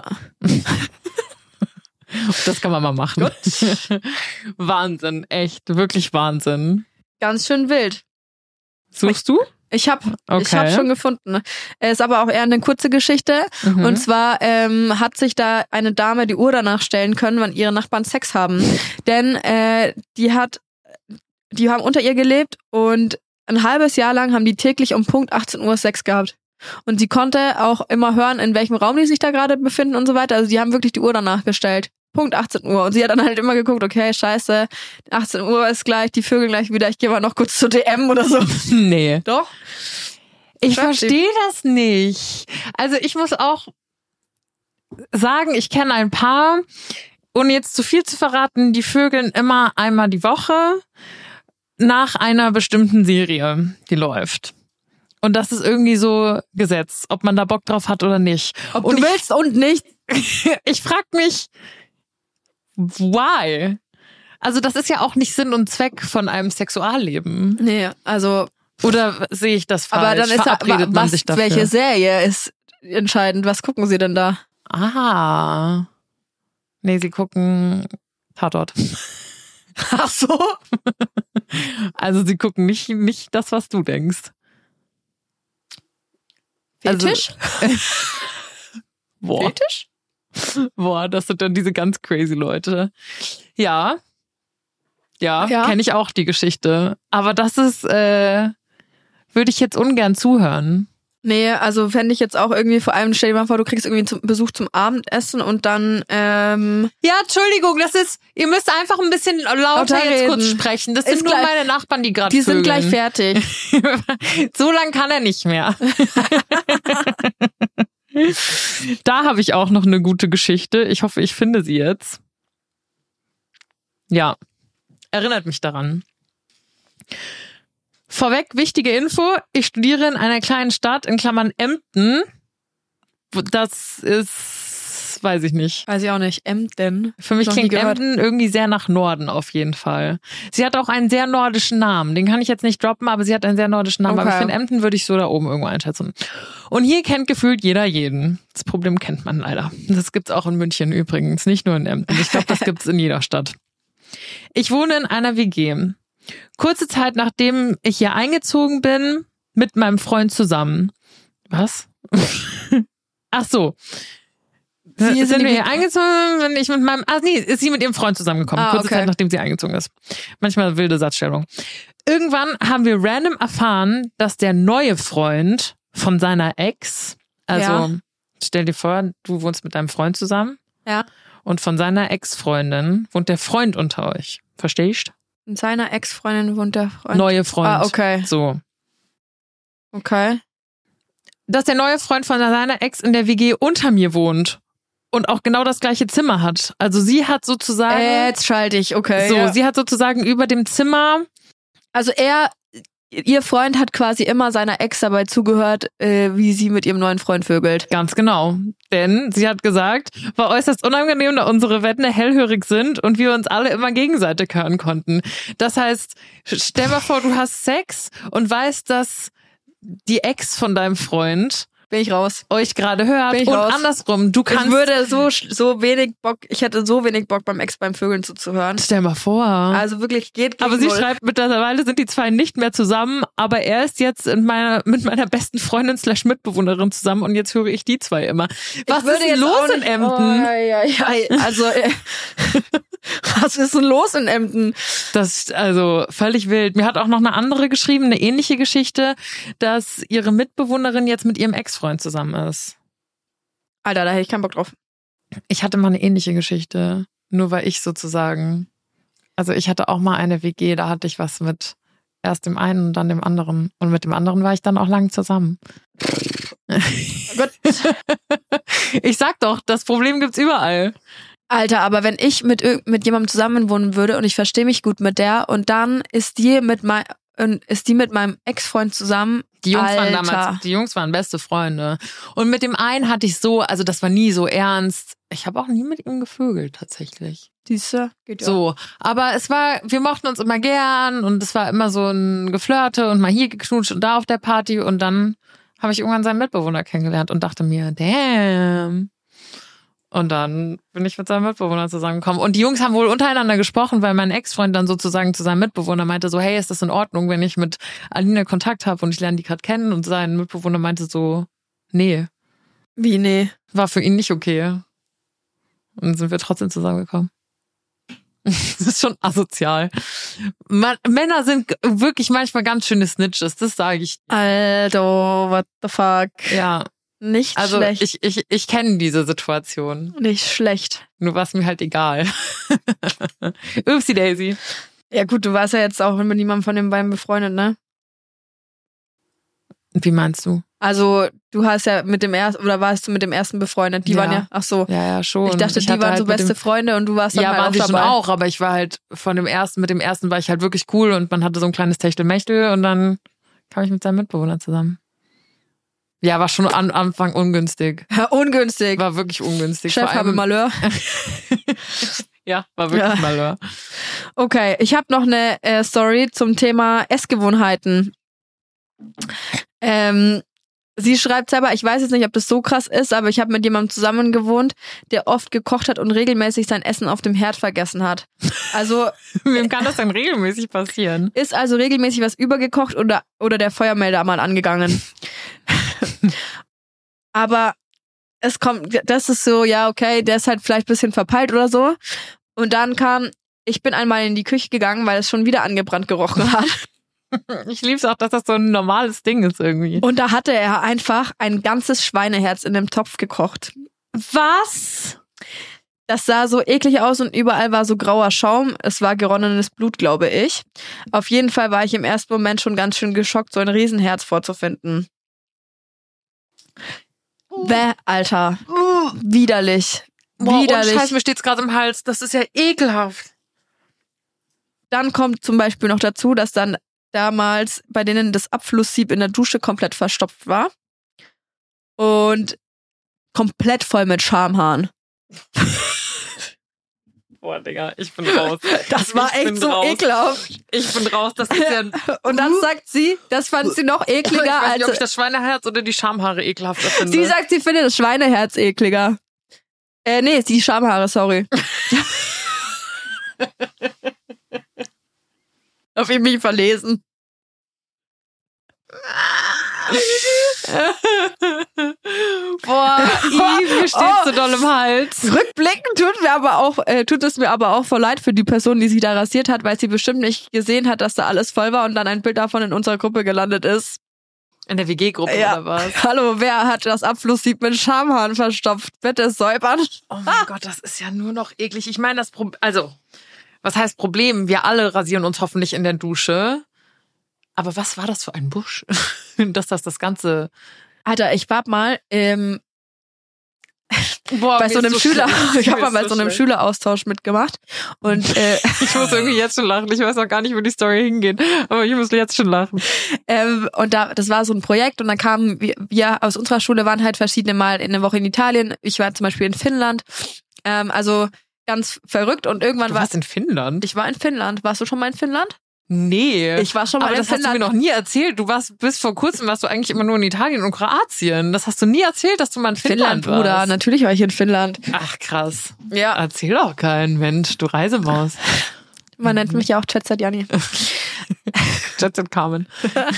Das kann man mal machen. Wahnsinn, echt, wirklich Wahnsinn. Ganz schön wild. Suchst du? Ich hab schon gefunden. Ist aber auch eher eine kurze Geschichte. Mhm. Und zwar hat sich da eine Dame die Uhr danach stellen können, wann ihre Nachbarn Sex haben. Denn die haben unter ihr gelebt und ein halbes Jahr lang haben die täglich um Punkt 18 Uhr Sex gehabt. Und sie konnte auch immer hören, in welchem Raum die sich da gerade befinden und so weiter. Also die haben wirklich die Uhr danach gestellt. Punkt 18 Uhr. Und sie hat dann halt immer geguckt, okay, scheiße, 18 Uhr ist gleich, die Vögel gleich wieder, ich gehe mal noch kurz zur DM oder so. Nee. Doch? Ich verstehe das nicht. Also ich muss auch sagen, ich kenne ein paar, ohne jetzt zu viel zu verraten, die vögeln immer einmal die Woche nach einer bestimmten Serie, die läuft. Und das ist irgendwie so Gesetz, ob man da Bock drauf hat oder nicht. Ob du willst und nicht. Ich frag mich, why? Also das ist ja auch nicht Sinn und Zweck von einem Sexualleben. Nee, also... Oder sehe ich das falsch? Aber dann ist man sich dafür? Welche Serie ist entscheidend? Was gucken Sie denn da? Ah. Nee, Sie gucken Tatort. Ach so? Also Sie gucken nicht das, was du denkst. Fetisch? Also, boah. Fetisch? Boah, das sind dann diese ganz crazy Leute. Ja, kenne ich auch die Geschichte. Aber das ist, würde ich jetzt ungern zuhören. Nee, also fände ich jetzt auch irgendwie, vor allem stell dir mal vor, du kriegst irgendwie einen Besuch zum Abendessen und dann, Ja, Entschuldigung, ihr müsst einfach ein bisschen lauter jetzt reden. kurz sprechen. Das sind nur meine Nachbarn, die gerade Die vögeln. sind gleich fertig. So lang kann er nicht mehr. Da habe ich auch noch eine gute Geschichte. Ich hoffe, ich finde sie jetzt. Ja, erinnert mich daran. Vorweg, wichtige Info. Ich studiere in einer kleinen Stadt, in Klammern Emden. Das ist, weiß ich nicht. Weiß ich auch nicht. Emden. Für mich klingt Emden irgendwie sehr nach Norden auf jeden Fall. Sie hat auch einen sehr nordischen Namen. Den kann ich jetzt nicht droppen, aber sie hat einen sehr nordischen Namen. Okay. Aber ich finde, Emden würde ich so da oben irgendwo einschätzen. Und hier kennt gefühlt jeder jeden. Das Problem kennt man leider. Das gibt's auch in München übrigens, nicht nur in Emden. Ich glaube, das gibt's in jeder Stadt. Ich wohne in einer WG. Kurze Zeit nachdem ich hier eingezogen bin, mit meinem Freund zusammen. Was? Ach so. Sind wir hier eingezogen, wenn ich mit meinem, ist sie mit ihrem Freund zusammengekommen, kurze Zeit nachdem sie eingezogen ist. Manchmal wilde Satzstellung. Irgendwann haben wir random erfahren, dass der neue Freund von seiner Ex, stell dir vor, du wohnst mit deinem Freund zusammen. Ja. Und von seiner Ex-Freundin wohnt der Freund unter euch. Verstehst? Mit seiner Ex-Freundin wohnt der Freund. Neue Freund. Ah, okay. So. Okay. Dass der neue Freund von seiner Ex in der WG unter mir wohnt. Und auch genau das gleiche Zimmer hat. Also sie hat sozusagen... Jetzt schalte ich, okay. So, sie hat sozusagen über dem Zimmer... Also ihr Freund hat quasi immer seiner Ex dabei zugehört, wie sie mit ihrem neuen Freund vögelt. Ganz genau. Denn sie hat gesagt, war äußerst unangenehm, da unsere Wetten hellhörig sind und wir uns alle immer gegenseitig hören konnten. Das heißt, stell mal vor, du hast Sex und weißt, dass die Ex von deinem Freund bin ich raus. Euch gerade hört und raus. Andersrum. Du kannst. Ich würde so wenig Bock, ich hätte so wenig Bock beim Ex beim Vögeln zuzuhören. Stell mal vor. Also wirklich geht gegen Aber sie null. schreibt, mittlerweile sind die zwei nicht mehr zusammen, aber er ist jetzt mit meiner besten Freundin / Mitbewohnerin zusammen und jetzt höre ich die zwei immer. Was ist denn los in Emden? Also, was ist denn los in Emden? Das ist also völlig wild. Mir hat auch noch eine andere geschrieben, eine ähnliche Geschichte, dass ihre Mitbewohnerin jetzt mit ihrem Ex-Freund zusammen ist. Alter, da hätte ich keinen Bock drauf. Ich hatte mal eine ähnliche Geschichte, nur weil ich sozusagen, also ich hatte auch mal eine WG, da hatte ich was mit erst dem einen und dann dem anderen. Und mit dem anderen war ich dann auch lang zusammen. Gut. Ich sag doch, das Problem gibt's überall. Alter, aber wenn ich mit jemandem zusammenwohnen würde und ich verstehe mich gut mit der und dann ist die mit meinem Ex-Freund zusammen. Die Jungs waren beste Freunde. Und mit dem einen hatte ich so, also das war nie so ernst. Ich habe auch nie mit ihm gevögelt, tatsächlich. Siehste, geht ja. So, aber wir mochten uns immer gern und es war immer so ein Geflirte und mal hier geknutscht und da auf der Party und dann habe ich irgendwann seinen Mitbewohner kennengelernt und dachte mir, damn. Und dann bin ich mit seinem Mitbewohner zusammengekommen. Und die Jungs haben wohl untereinander gesprochen, weil mein Ex-Freund dann sozusagen zu seinem Mitbewohner meinte so, hey, ist das in Ordnung, wenn ich mit Aline Kontakt habe und ich lerne die gerade kennen? Und sein Mitbewohner meinte so, nee. Wie, nee? War für ihn nicht okay. Und dann sind wir trotzdem zusammengekommen. Das ist schon asozial. Männer sind wirklich manchmal ganz schöne Snitches, das sage ich. Alter, what the fuck? Ja. Nicht also schlecht. Ich kenne diese Situation. Nicht schlecht. Nur war es mir halt egal. Upsi Daisy. Ja gut, du warst ja jetzt auch mit niemandem von den beiden befreundet, ne? Wie meinst du? Also du hast ja warst du mit dem ersten befreundet? Die waren ja, ach so. Ja, schon. Ich dachte, die waren halt so beste Freunde und du warst dann ja, halt waren auch sie dabei. schon auch, aber ich war halt mit dem ersten war ich halt wirklich cool und man hatte so ein kleines Techtelmechtel und dann kam ich mit seinem Mitbewohner zusammen. Ja, war schon am Anfang ungünstig. Ja, ungünstig. War wirklich ungünstig. Chef habe Malheur. Ja, war wirklich Malheur. Okay, ich habe noch eine Story zum Thema Essgewohnheiten. Sie schreibt selber, ich weiß jetzt nicht, ob das so krass ist, aber ich habe mit jemandem zusammen gewohnt, der oft gekocht hat und regelmäßig sein Essen auf dem Herd vergessen hat. Also wem kann das denn regelmäßig passieren? Ist also regelmäßig was übergekocht oder der Feuermelder mal angegangen. Aber das ist so, ja, okay, der ist halt vielleicht ein bisschen verpeilt oder so. Und dann ich bin einmal in die Küche gegangen, weil es schon wieder angebrannt gerochen hat. Ich lieb's auch, dass das so ein normales Ding ist irgendwie. Und da hatte er einfach ein ganzes Schweineherz in einem Topf gekocht. Was? Das sah so eklig aus und überall war so grauer Schaum. Es war geronnenes Blut, glaube ich. Auf jeden Fall war ich im ersten Moment schon ganz schön geschockt, so ein Riesenherz vorzufinden. Bäh, Alter. Widerlich. Boah, Widerlich. Scheiße, mir steht's gerade im Hals. Das ist ja ekelhaft. Dann kommt zum Beispiel noch dazu, dass dann damals bei denen das Abflusssieb in der Dusche komplett verstopft war. Und komplett voll mit Schamhaaren. Boah, Digga, ich bin raus. Das war echt so ekelhaft. Ich bin raus, das ist ja... Und dann sagt sie, das fand sie noch ekliger ich weiß als... nicht, ob ich das Schweineherz oder die Schamhaare ekelhafter finde. Sie sagt, sie findet das Schweineherz ekliger. Nee, die Schamhaare, sorry. Hab ich mich verlesen. Boah, mir steht so doll im Hals. Rückblickend tut es mir aber auch voll leid für die Person, die sich da rasiert hat, weil sie bestimmt nicht gesehen hat, dass da alles voll war und dann ein Bild davon in unserer Gruppe gelandet ist. In der WG-Gruppe oder was? Hallo, wer hat das Abflusssieb mit Schamhaaren verstopft? Bitte säubern. Oh mein Gott, das ist ja nur noch eklig. Ich meine, was heißt Problem? Wir alle rasieren uns hoffentlich in der Dusche. Aber was war das für ein Busch? Dass das Ganze... Alter, ich war mal Boah, bei so einem ich habe mal bei so einem Schüleraustausch mitgemacht und ich muss irgendwie jetzt schon lachen. Ich weiß auch gar nicht, wo die Story hingeht, aber ich muss jetzt schon lachen. Und das war so ein Projekt und dann kamen wir aus unserer Schule, waren halt verschiedene Mal in der Woche in Italien. Ich war zum Beispiel in Finnland, also ganz verrückt und irgendwann Du warst in Finnland? Ich war in Finnland. Warst du schon mal in Finnland? Nee. Ich war schon mal aber in das Finnland. hast du mir noch nie erzählt. Bis vor kurzem warst du eigentlich immer nur in Italien und Kroatien. Das hast du nie erzählt, dass du mal in Finnland warst. Bruder. Natürlich war ich in Finnland. Ach, krass. Ja. Erzähl doch keinen, Mensch. Du Reisemaus. Man nennt mich ja auch Chatset Janni. Chatset Carmen.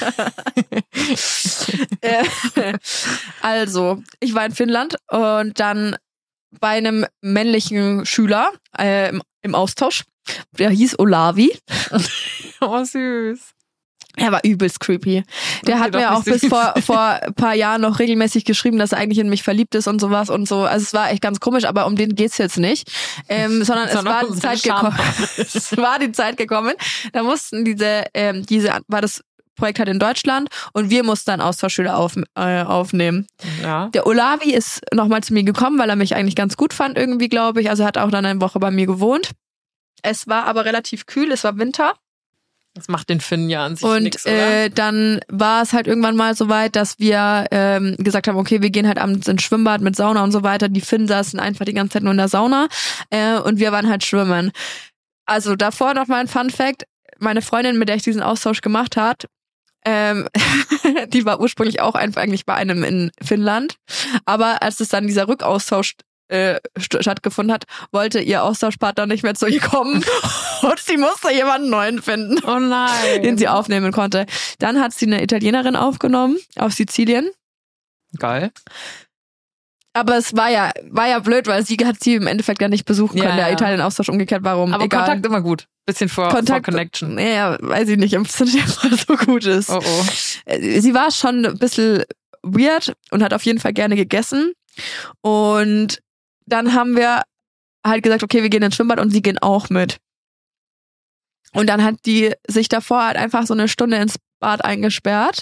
Also, ich war in Finnland und dann bei einem männlichen Schüler im Austausch. Der hieß Olavi. Oh, süß. Er war übelst creepy. Der Okay, hat mir doch auch nicht bis vor ein paar Jahren noch regelmäßig geschrieben, dass er eigentlich in mich verliebt ist und sowas und so. Also es war echt ganz komisch, aber um den geht's jetzt nicht. Sondern es war die Zeit gekommen. Es war die Zeit gekommen. Da mussten war das Projekt halt in Deutschland und wir mussten dann Austauschschüler aufnehmen. Ja. Der Olavi ist nochmal zu mir gekommen, weil er mich eigentlich ganz gut fand irgendwie, glaube ich. Also er hat auch dann eine Woche bei mir gewohnt. Es war aber relativ kühl, es war Winter. Das macht den Finn ja an sich Und nix, oder? dann war es halt irgendwann mal so weit, dass wir gesagt haben, okay, wir gehen halt abends ins Schwimmbad mit Sauna und so weiter. Die Finn saßen einfach die ganze Zeit nur in der Sauna und wir waren halt schwimmen. Also davor noch mal ein Fun Fact. Meine Freundin, mit der ich diesen Austausch gemacht habe, die war ursprünglich auch einfach eigentlich bei einem in Finnland. Aber als es dann dieser Rückaustausch stattgefunden hat, wollte ihr Austauschpartner nicht mehr zu ihr kommen und sie musste jemanden neuen finden, Oh nein. den sie aufnehmen konnte. Dann hat sie eine Italienerin aufgenommen auf Sizilien. Geil. Aber es war ja blöd, weil sie hat sie im Endeffekt ja nicht besuchen können. Ja, Der ja. Italien-Austausch umgekehrt, warum? Aber Egal. Kontakt immer gut. Bisschen vor Connection. Naja, weiß ich nicht, ob es in dem Fall so gut ist. Oh oh. Sie war schon ein bisschen weird und hat auf jeden Fall gerne gegessen. Und dann haben wir halt gesagt, okay, wir gehen ins Schwimmbad und sie gehen auch mit. Und dann hat die sich davor halt einfach so eine Stunde ins Bad eingesperrt.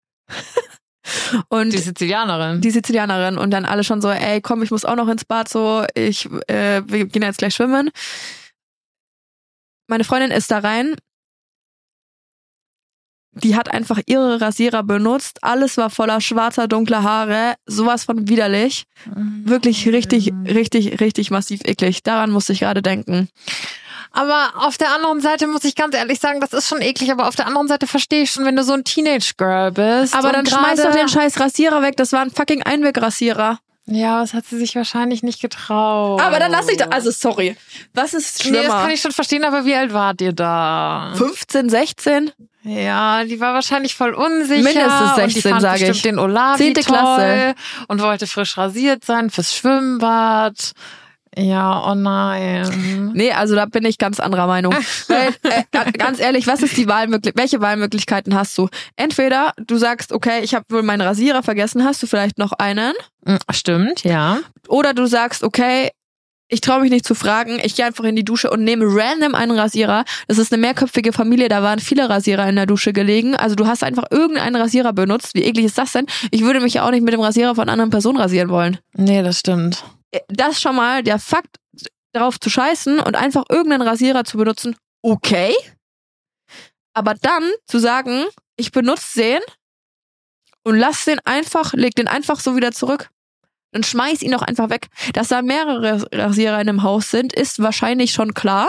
Und Die Sizilianerin. die Sizilianerin und dann alle schon so, ey, komm, ich muss auch noch ins Bad, so, wir gehen jetzt gleich schwimmen. Meine Freundin ist da rein. Die hat einfach ihre Rasierer benutzt. Alles war voller schwarzer, dunkler Haare. Sowas von widerlich. Wirklich richtig, richtig, richtig massiv eklig. Daran musste ich gerade denken. Aber auf der anderen Seite muss ich ganz ehrlich sagen, das ist schon eklig, aber auf der anderen Seite verstehe ich schon, wenn du so ein Teenage-Girl bist. Aber und dann schmeiß doch den scheiß Rasierer weg. Das war ein fucking Einwegrasierer. Ja, das hat sie sich wahrscheinlich nicht getraut. Aber dann lass ich da, also sorry. Was ist schlimmer? Nee, das kann ich schon verstehen, aber wie alt wart ihr da? 15, 16? Ja, die war wahrscheinlich voll unsicher. Mindestens 16, und die fand sag bestimmt ich. den Olavi 10. toll Klasse. und wollte frisch rasiert sein fürs Schwimmbad. Ja, oh nein. Nee, also da bin ich ganz anderer Meinung. Weil, ganz ehrlich, was ist welche Wahlmöglichkeiten hast du? Entweder du sagst, okay, ich habe wohl meinen Rasierer vergessen, hast du vielleicht noch einen? Stimmt, ja. Oder du sagst, okay, ich traue mich nicht zu fragen, ich gehe einfach in die Dusche und nehme random einen Rasierer. Das ist eine mehrköpfige Familie, da waren viele Rasierer in der Dusche gelegen. Also du hast einfach irgendeinen Rasierer benutzt. Wie eklig ist das denn? Ich würde mich ja auch nicht mit dem Rasierer von einer anderen Person rasieren wollen. Nee, das stimmt. Das schon mal, der Fakt, darauf zu scheißen und einfach irgendeinen Rasierer zu benutzen, okay. Aber dann zu sagen, ich benutze den und leg den einfach so wieder zurück. Dann schmeiß ihn doch einfach weg. Dass da mehrere Rasierer in einem Haus sind, ist wahrscheinlich schon klar.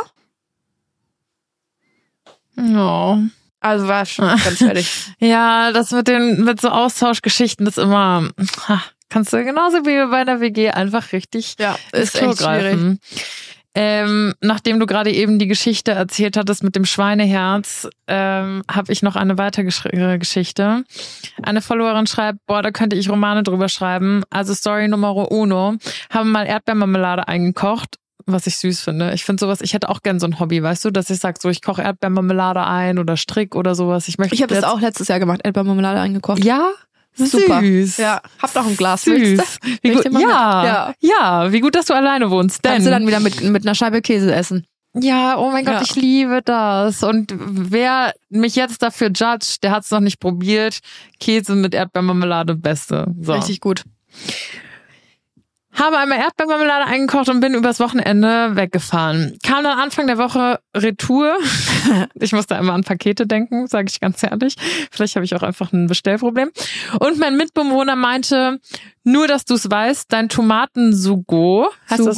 Oh. Also war schon ganz fertig. Ja, das mit so Austauschgeschichten ist immer, kannst du genauso wie bei der WG einfach richtig Ja, ist ins Klo echt schwierig. greifen. Nachdem du gerade eben die Geschichte erzählt hattest mit dem Schweineherz, habe ich noch eine weitere Geschichte. Eine Followerin schreibt, da könnte ich Romane drüber schreiben. Also Story Nummer uno. Haben mal Erdbeermarmelade eingekocht, was ich süß finde. Ich finde sowas, ich hätte auch gern so ein Hobby, weißt du, dass ich sage, so ich koche Erdbeermarmelade ein oder Strick oder sowas. Ich habe das auch letztes Jahr gemacht, Erdbeermarmelade eingekocht. Ja? Super. Süß. Ja, habt auch ein Glas. Süß. Wie gut, ja, wie gut, dass du alleine wohnst. Kannst du dann wieder mit einer Scheibe Käse essen. Ja, oh mein Gott, ich liebe das. Und wer mich jetzt dafür judgt, der hat es noch nicht probiert. Käse mit Erdbeermarmelade, beste. So. Richtig gut. Habe einmal Erdbeermarmelade eingekocht und bin übers Wochenende weggefahren. Kam dann Anfang der Woche Retour. Ich musste immer an Pakete denken, sage ich ganz ehrlich. Vielleicht habe ich auch einfach ein Bestellproblem. Und mein Mitbewohner meinte, nur dass du es weißt, dein Tomaten-Sugo.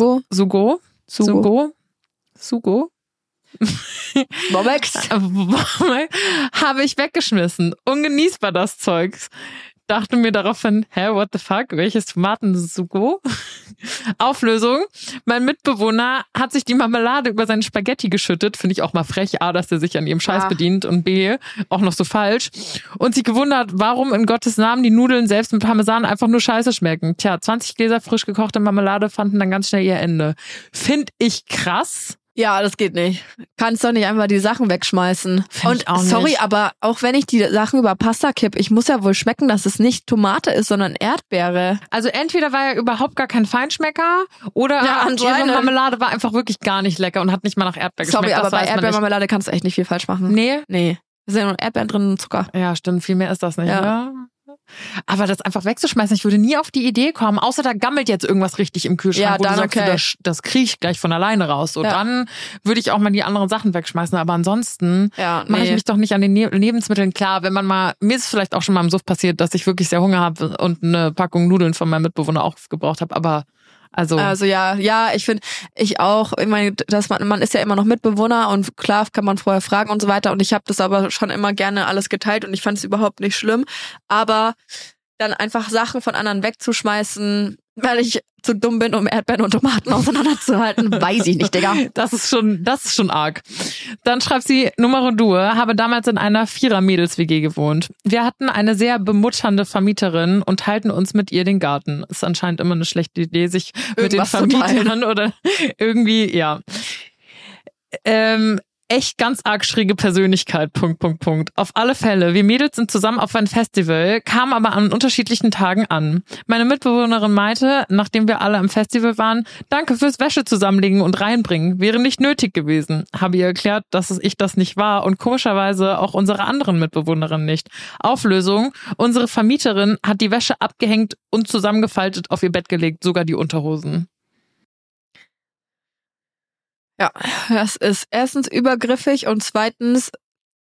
Sugo? Bobex. Habe ich weggeschmissen. Ungenießbar das Zeugs. Dachte mir daraufhin, what the fuck? Welches Tomatensugo? Auflösung. Mein Mitbewohner hat sich die Marmelade über seine Spaghetti geschüttet. Finde ich auch mal frech. A, dass er sich an ihrem Scheiß bedient und B, auch noch so falsch. Und sich gewundert, warum in Gottes Namen die Nudeln selbst mit Parmesan einfach nur scheiße schmecken. Tja, 20 Gläser frisch gekochte Marmelade fanden dann ganz schnell ihr Ende. Find ich krass. Ja, das geht nicht. Kannst doch nicht einfach die Sachen wegschmeißen. Find ich auch nicht. Sorry, aber auch wenn ich die Sachen über Pasta kipp, ich muss ja wohl schmecken, dass es nicht Tomate ist, sondern Erdbeere. Also entweder war er überhaupt gar kein Feinschmecker oder ihre Marmelade war einfach wirklich gar nicht lecker und hat nicht mal nach Erdbeer geschmeckt. Sorry, aber bei Erdbeermarmelade kannst du echt nicht viel falsch machen. Nee? Nee. Da sind ja nur Erdbeeren drin und Zucker. Ja, stimmt. Viel mehr ist das nicht, oder? Aber das einfach wegzuschmeißen, ich würde nie auf die Idee kommen, außer da gammelt jetzt irgendwas richtig im Kühlschrank, wo du sagst, das kriecht gleich von alleine raus. So, dann würde ich auch mal die anderen Sachen wegschmeißen. Aber ansonsten mache ich mich doch nicht an den Lebensmitteln klar. Wenn man mal, mir ist vielleicht auch schon mal im Suff passiert, dass ich wirklich sehr Hunger habe und eine Packung Nudeln von meinem Mitbewohner aufgebraucht habe, aber Also ja, ich finde, ich auch. Ich meine, dass man ist ja immer noch Mitbewohner und klar kann man vorher fragen und so weiter. Und ich habe das aber schon immer gerne alles geteilt und ich fand es überhaupt nicht schlimm. Aber dann einfach Sachen von anderen wegzuschmeißen, weil ich zu dumm bin, um Erdbeeren und Tomaten auseinanderzuhalten, weiß ich nicht, Digga. Das ist schon arg. Dann schreibt sie, Numero due, habe damals in einer 4er-Mädels-WG gewohnt. Wir hatten eine sehr bemutternde Vermieterin und teilten uns mit ihr den Garten. Ist anscheinend immer eine schlechte Idee, sich mit den Vermietern oder irgendwie, ja. Echt ganz arg schräge Persönlichkeit, .. Auf alle Fälle, wir Mädels sind zusammen auf ein Festival, kamen aber an unterschiedlichen Tagen an. Meine Mitbewohnerin meinte, nachdem wir alle am Festival waren, danke fürs Wäsche zusammenlegen und reinbringen, wäre nicht nötig gewesen. Habe ihr erklärt, dass ich das nicht war und komischerweise auch unsere anderen Mitbewohnerin nicht. Auflösung, unsere Vermieterin hat die Wäsche abgehängt und zusammengefaltet auf ihr Bett gelegt, sogar die Unterhosen. Ja, das ist erstens übergriffig und zweitens,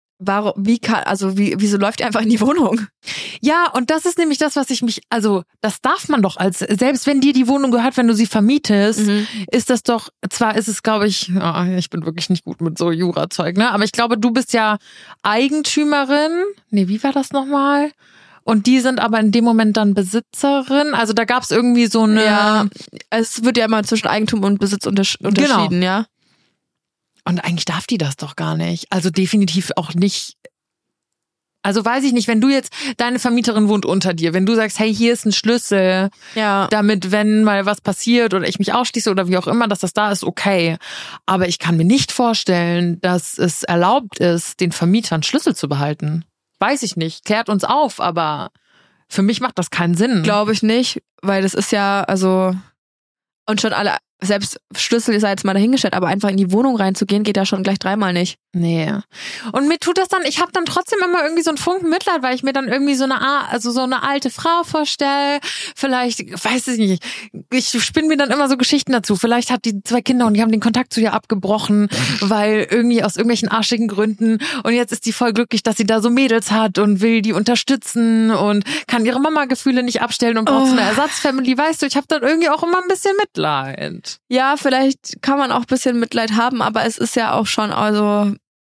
wieso läuft ihr einfach in die Wohnung? Ja, und das ist nämlich das, was das darf man doch selbst wenn dir die Wohnung gehört, wenn du sie vermietest, ist das doch, zwar ist es, glaube ich, ich bin wirklich nicht gut mit so Jura-Zeug, ne, aber ich glaube, du bist ja Eigentümerin, wie war das nochmal? Und die sind aber in dem Moment dann Besitzerin. Also da gab es irgendwie so eine... Ja, es wird ja immer zwischen Eigentum und Besitz unterschieden, ja. Und eigentlich darf die das doch gar nicht. Also definitiv auch nicht. Also weiß ich nicht, wenn du jetzt, deine Vermieterin wohnt unter dir, wenn du sagst, hey, hier ist ein Schlüssel, damit, wenn mal was passiert oder ich mich ausschließe oder wie auch immer, dass das da ist, okay. Aber ich kann mir nicht vorstellen, dass es erlaubt ist, den Vermietern Schlüssel zu behalten. Weiß ich nicht, klärt uns auf, aber für mich macht das keinen Sinn. Glaube ich nicht, weil das ist ja, und schon alle, selbst Schlüssel ist ja jetzt mal dahingestellt, aber einfach in die Wohnung reinzugehen, geht ja schon gleich 3-mal nicht. Nee. Und mir tut das dann, ich habe dann trotzdem immer irgendwie so einen Funken Mitleid, weil ich mir dann irgendwie so eine alte Frau vorstelle. Vielleicht, weiß ich nicht, ich spinne mir dann immer so Geschichten dazu. Vielleicht hat die 2 Kinder und die haben den Kontakt zu ihr abgebrochen, weil irgendwie aus irgendwelchen arschigen Gründen. Und jetzt ist die voll glücklich, dass sie da so Mädels hat und will die unterstützen und kann ihre Mama-Gefühle nicht abstellen und braucht so eine Ersatzfamily. Weißt du, ich habe dann irgendwie auch immer ein bisschen Mitleid. Ja, vielleicht kann man auch ein bisschen Mitleid haben, aber es ist ja auch schon,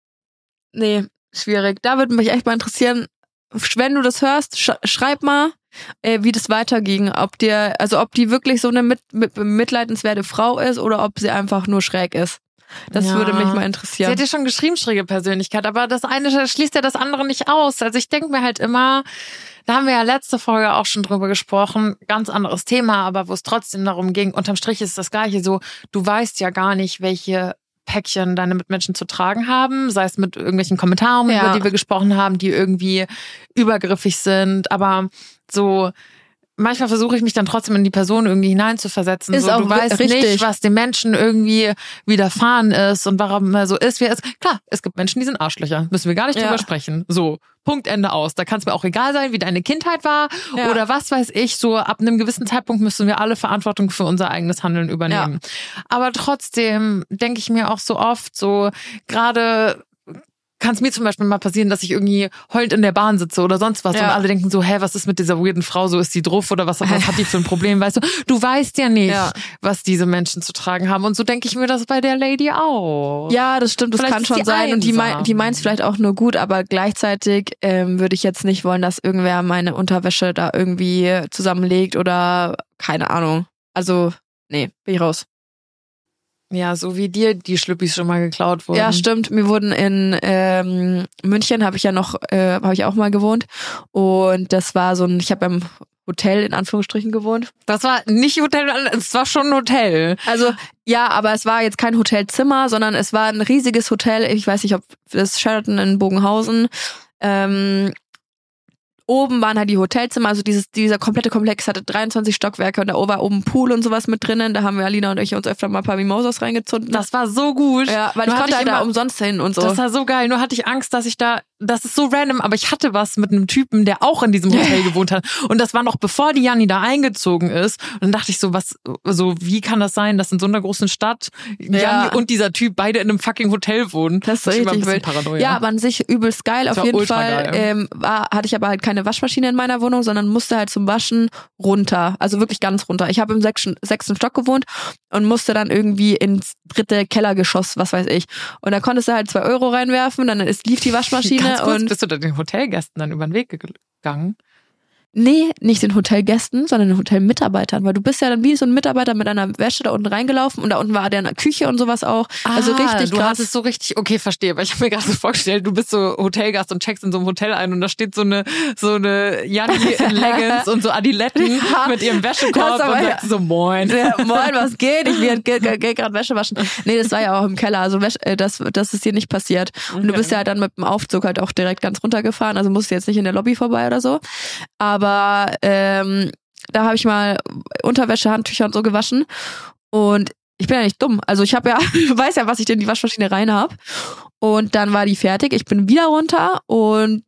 schwierig. Da würde mich echt mal interessieren, wenn du das hörst, schreib mal, wie das weiterging. Ob die wirklich so eine mitleidenswerte Frau ist oder ob sie einfach nur schräg ist. Das würde mich mal interessieren. Sie hat ja schon geschrieben, schräge Persönlichkeit, aber das eine schließt ja das andere nicht aus. Also ich denke mir halt immer, da haben wir ja letzte Folge auch schon drüber gesprochen, ganz anderes Thema, aber wo es trotzdem darum ging, unterm Strich ist das Gleiche so, du weißt ja gar nicht, welche Päckchen deine Mitmenschen zu tragen haben, sei es mit irgendwelchen Kommentaren, über die wir gesprochen haben, die irgendwie übergriffig sind, aber so manchmal versuche ich mich dann trotzdem in die Person irgendwie hineinzuversetzen. Ist so, auch du weißt richtig. nicht, was dem Menschen irgendwie widerfahren ist und warum er so ist, wie er ist. Klar, es gibt Menschen, die sind Arschlöcher. Müssen wir gar nicht drüber sprechen. So, Punkt, Ende aus. Da kann es mir auch egal sein, wie deine Kindheit war oder was weiß ich. So, ab einem gewissen Zeitpunkt müssen wir alle Verantwortung für unser eigenes Handeln übernehmen. Ja. Aber trotzdem denke ich mir auch so oft, so gerade kann es mir zum Beispiel mal passieren, dass ich irgendwie heulend in der Bahn sitze oder sonst was und alle denken so, was ist mit dieser weirden Frau, so ist die drauf oder was hat die für ein Problem, weißt du weißt ja nicht, was diese Menschen zu tragen haben und so denke ich mir das bei der Lady auch. Ja, das stimmt, das vielleicht kann schon sein und die meint es vielleicht auch nur gut, aber gleichzeitig würde ich jetzt nicht wollen, dass irgendwer meine Unterwäsche da irgendwie zusammenlegt oder keine Ahnung. Also, nee, bin ich raus. Ja, so wie dir die Schlüppis schon mal geklaut wurden. Ja, stimmt. Mir wurden in München, habe ich auch mal gewohnt. Und das war so ich habe im Hotel in Anführungsstrichen gewohnt. Das war nicht Hotel, es war schon ein Hotel. Also ja, aber es war jetzt kein Hotelzimmer, sondern es war ein riesiges Hotel. Ich weiß nicht, ob das Sheraton in Bogenhausen. Oben waren halt die Hotelzimmer, also dieser komplette Komplex hatte 23 Stockwerke und da war oben ein Pool und sowas mit drinnen. Da haben wir Alina und ich uns öfter mal ein paar Mimosas reingezogen. Das war so gut. Ja, weil ich konnte halt da umsonst hin und so. Das war so geil. Nur hatte ich Angst, dass das ist so random, aber ich hatte was mit einem Typen, der auch in diesem Hotel gewohnt hat. Und das war noch bevor die Janni da eingezogen ist. Und dann dachte ich so, wie kann das sein, dass in so einer großen Stadt Janni und dieser Typ beide in einem fucking Hotel wohnen? Das ist richtig wild. Ja, aber an sich übelst geil. Auf jeden Fall hatte ich aber halt keine Waschmaschine in meiner Wohnung, sondern musste halt zum Waschen runter. Also wirklich ganz runter. Ich habe im 6. Stock gewohnt und musste dann irgendwie ins 3. Kellergeschoss, was weiß ich. Und da konntest du halt 2 Euro reinwerfen, dann lief die Waschmaschine. Ganz kurz, bist du da den Hotelgästen dann über den Weg gegangen? Nee, nicht den Hotelgästen, sondern den Hotelmitarbeitern, weil du bist ja dann wie so ein Mitarbeiter mit einer Wäsche da unten reingelaufen und da unten war der in der Küche und sowas auch. Also richtig du krass. hast es so richtig, okay, verstehe, weil ich habe mir gerade so vorgestellt, du bist so Hotelgast und checkst in so einem Hotel ein und da steht so eine Janni in Leggings und so Adiletten mit ihrem Wäschekorb und sagt so, moin. Ja, moin, was geht? Ich will gerade Wäsche waschen. Nee, das war ja auch im Keller, also das ist dir nicht passiert. Und du bist ja dann mit dem Aufzug halt auch direkt ganz runtergefahren, also musst du jetzt nicht in der Lobby vorbei oder so. Aber da habe ich mal Unterwäsche, Handtücher und so gewaschen und ich bin ja nicht dumm. Also ich weiß ja, was ich in die Waschmaschine rein habe und dann war die fertig. Ich bin wieder runter und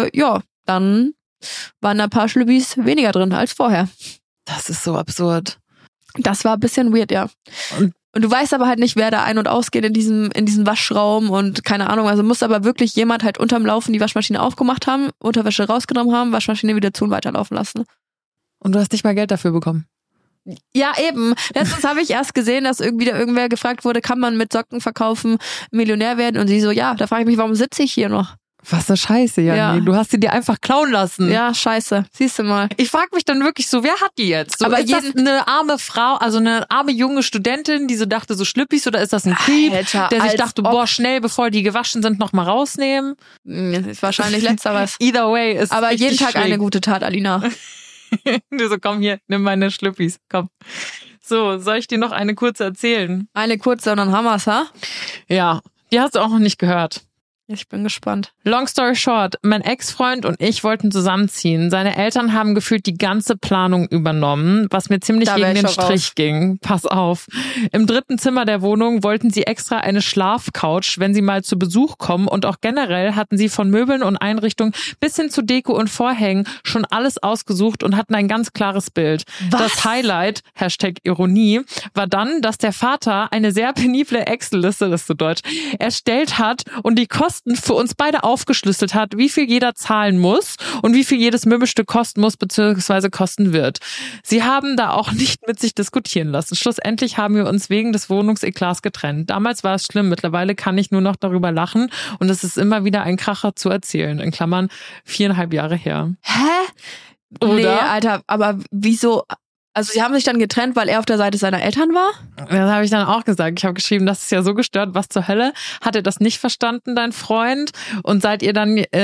dann waren da ein paar Schlübbis weniger drin als vorher. Das ist so absurd. Das war ein bisschen weird, ja. Und du weißt aber halt nicht, wer da ein- und ausgeht in diesem Waschraum und keine Ahnung. Also muss aber wirklich jemand halt unterm Laufen die Waschmaschine aufgemacht haben, Unterwäsche rausgenommen haben, Waschmaschine wieder zu und weiterlaufen lassen. Und du hast nicht mal Geld dafür bekommen? Ja, eben. Letztens habe ich erst gesehen, dass irgendwer gefragt wurde, kann man mit Socken verkaufen Millionär werden? Und sie so, ja, da frage ich mich, warum sitze ich hier noch? Was eine Scheiße, Janni. Ja. Du hast sie dir einfach klauen lassen. Ja, scheiße. Siehst du mal. Ich frage mich dann wirklich so, wer hat die jetzt? So, aber ist das eine arme Frau, also eine arme junge Studentin, die so dachte, so Schlüppis, oder ist das ein Creep, der sich dachte, schnell, bevor die gewaschen sind, noch mal rausnehmen? Ist wahrscheinlich letzteres. Either way ist aber jeden Tag eine gute Tat, Alina. Du so, komm hier, nimm meine Schlüppis, komm. So, soll ich dir noch eine kurze erzählen? Eine kurze und dann Hammers, ha? Ja, die hast du auch noch nicht gehört. Ich bin gespannt. Long story short, mein Ex-Freund und ich wollten zusammenziehen. Seine Eltern haben gefühlt die ganze Planung übernommen, was mir ziemlich gegen den Strich ging. Pass auf. Im 3. Zimmer der Wohnung wollten sie extra eine Schlafcouch, wenn sie mal zu Besuch kommen, und auch generell hatten sie von Möbeln und Einrichtungen bis hin zu Deko und Vorhängen schon alles ausgesucht und hatten ein ganz klares Bild. Was? Das Highlight, #Ironie, war dann, dass der Vater eine sehr penible Excel-Liste, das ist so deutsch, erstellt hat und die Kosten für uns beide aufgeschlüsselt hat, wie viel jeder zahlen muss und wie viel jedes Möbelstück kosten muss bzw. kosten wird. Sie haben da auch nicht mit sich diskutieren lassen. Schlussendlich haben wir uns wegen des Wohnungseklats getrennt. Damals war es schlimm, mittlerweile kann ich nur noch darüber lachen und es ist immer wieder ein Kracher zu erzählen. In Klammern 4,5 Jahre her. Hä? Oder? Nee, Alter, aber wieso? Also sie haben sich dann getrennt, weil er auf der Seite seiner Eltern war? Das habe ich dann auch gesagt. Ich habe geschrieben, das ist ja so gestört, was zur Hölle. Hat er das nicht verstanden, dein Freund? Und seid ihr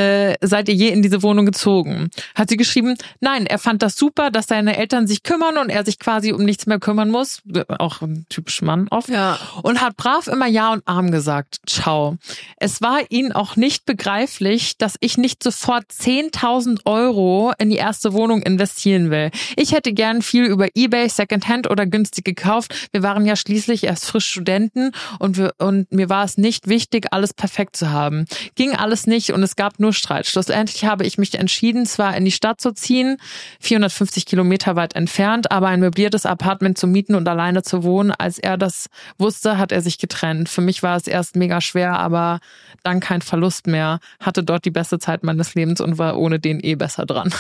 je in diese Wohnung gezogen? Hat sie geschrieben, nein, er fand das super, dass seine Eltern sich kümmern und er sich quasi um nichts mehr kümmern muss. Auch ein typisch Mann oft. Ja. Und hat brav immer Ja und Arm gesagt. Ciao. Es war ihnen auch nicht begreiflich, dass ich nicht sofort 10.000 € in die erste Wohnung investieren will. Ich hätte gern viel über eBay, Secondhand oder günstig gekauft. Wir waren ja schließlich erst frisch Studenten und mir war es nicht wichtig, alles perfekt zu haben. Ging alles nicht und es gab nur Streit. Schlussendlich habe ich mich entschieden, zwar in die Stadt zu ziehen, 450 Kilometer weit entfernt, aber ein möbliertes Apartment zu mieten und alleine zu wohnen. Als er das wusste, hat er sich getrennt. Für mich war es erst mega schwer, aber dann kein Verlust mehr. Hatte dort die beste Zeit meines Lebens und war ohne den besser dran.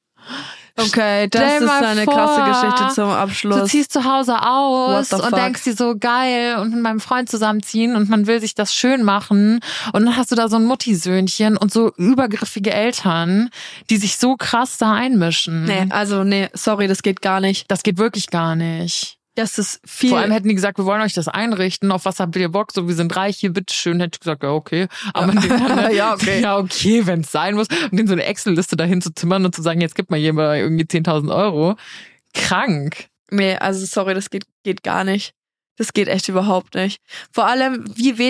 Okay, das Stell ist mal eine vor, krasse Geschichte zum Abschluss. Du ziehst zu Hause aus What the und fuck? denkst dir so geil und mit meinem Freund zusammenziehen und man will sich das schön machen und dann hast du da so ein Muttisöhnchen und so übergriffige Eltern, die sich so krass da einmischen. Nee, sorry, das geht gar nicht. Das geht wirklich gar nicht. Das ist viel. Vor allem hätten die gesagt, wir wollen euch das einrichten, auf was habt ihr Bock, so wir sind reich, hier, bitteschön, hätte ich gesagt, ja, okay. Aber dann, Ja, okay. Ja, okay, wenn es sein muss. Und denen so eine Excel-Liste dahin zu zimmern und zu sagen, jetzt gib mal jemand irgendwie 10.000 €. Krank. Nee, also sorry, das geht gar nicht. Das geht echt überhaupt nicht. Vor allem, wie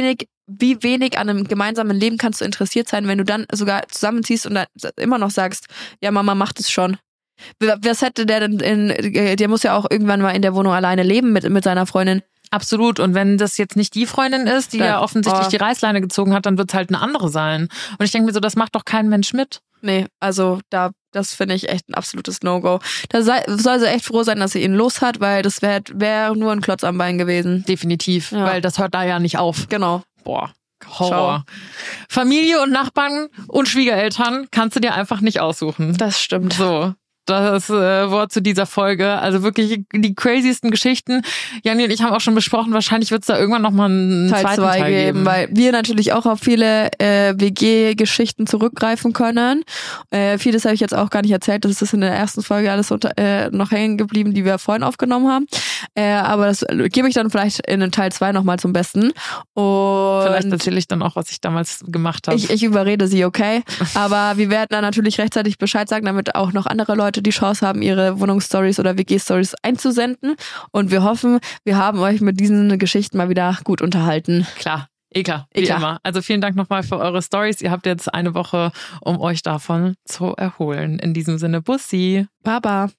wenig an einem gemeinsamen Leben kannst du interessiert sein, wenn du dann sogar zusammenziehst und dann immer noch sagst, ja, Mama macht es schon. Was hätte der denn der muss ja auch irgendwann mal in der Wohnung alleine leben mit seiner Freundin. Absolut. Und wenn das jetzt nicht die Freundin ist, die Dann, ja offensichtlich die Reißleine gezogen hat, dann wird es halt eine andere sein. Und ich denke mir so, das macht doch kein Mensch mit. Nee, also das finde ich echt ein absolutes No-Go. Da soll sie echt froh sein, dass sie ihn los hat, weil das wäre nur ein Klotz am Bein gewesen. Definitiv. Ja. Weil das hört da ja nicht auf. Genau. Boah. Horror. Familie und Nachbarn und Schwiegereltern kannst du dir einfach nicht aussuchen. Das stimmt. So. Das Wort zu dieser Folge. Also wirklich die craziesten Geschichten. Janni und ich haben auch schon besprochen, wahrscheinlich wird es da irgendwann nochmal einen Teil zweiten 2 Teil geben. weil wir natürlich auch auf viele WG-Geschichten zurückgreifen können. Vieles habe ich jetzt auch gar nicht erzählt. Das ist in der ersten Folge alles noch hängen geblieben, die wir vorhin aufgenommen haben. Aber das gebe ich dann vielleicht in den Teil 2 nochmal zum Besten. Und vielleicht erzähle ich dann auch, was ich damals gemacht habe. Ich überrede sie, okay? Aber wir werden dann natürlich rechtzeitig Bescheid sagen, damit auch noch andere Leute die Chance haben, ihre Wohnungsstories oder WG-Stories einzusenden. Und wir hoffen, wir haben euch mit diesen Geschichten mal wieder gut unterhalten. Klar. Wie immer. Also vielen Dank nochmal für eure Stories. Ihr habt jetzt eine Woche, um euch davon zu erholen. In diesem Sinne, Bussi. Baba.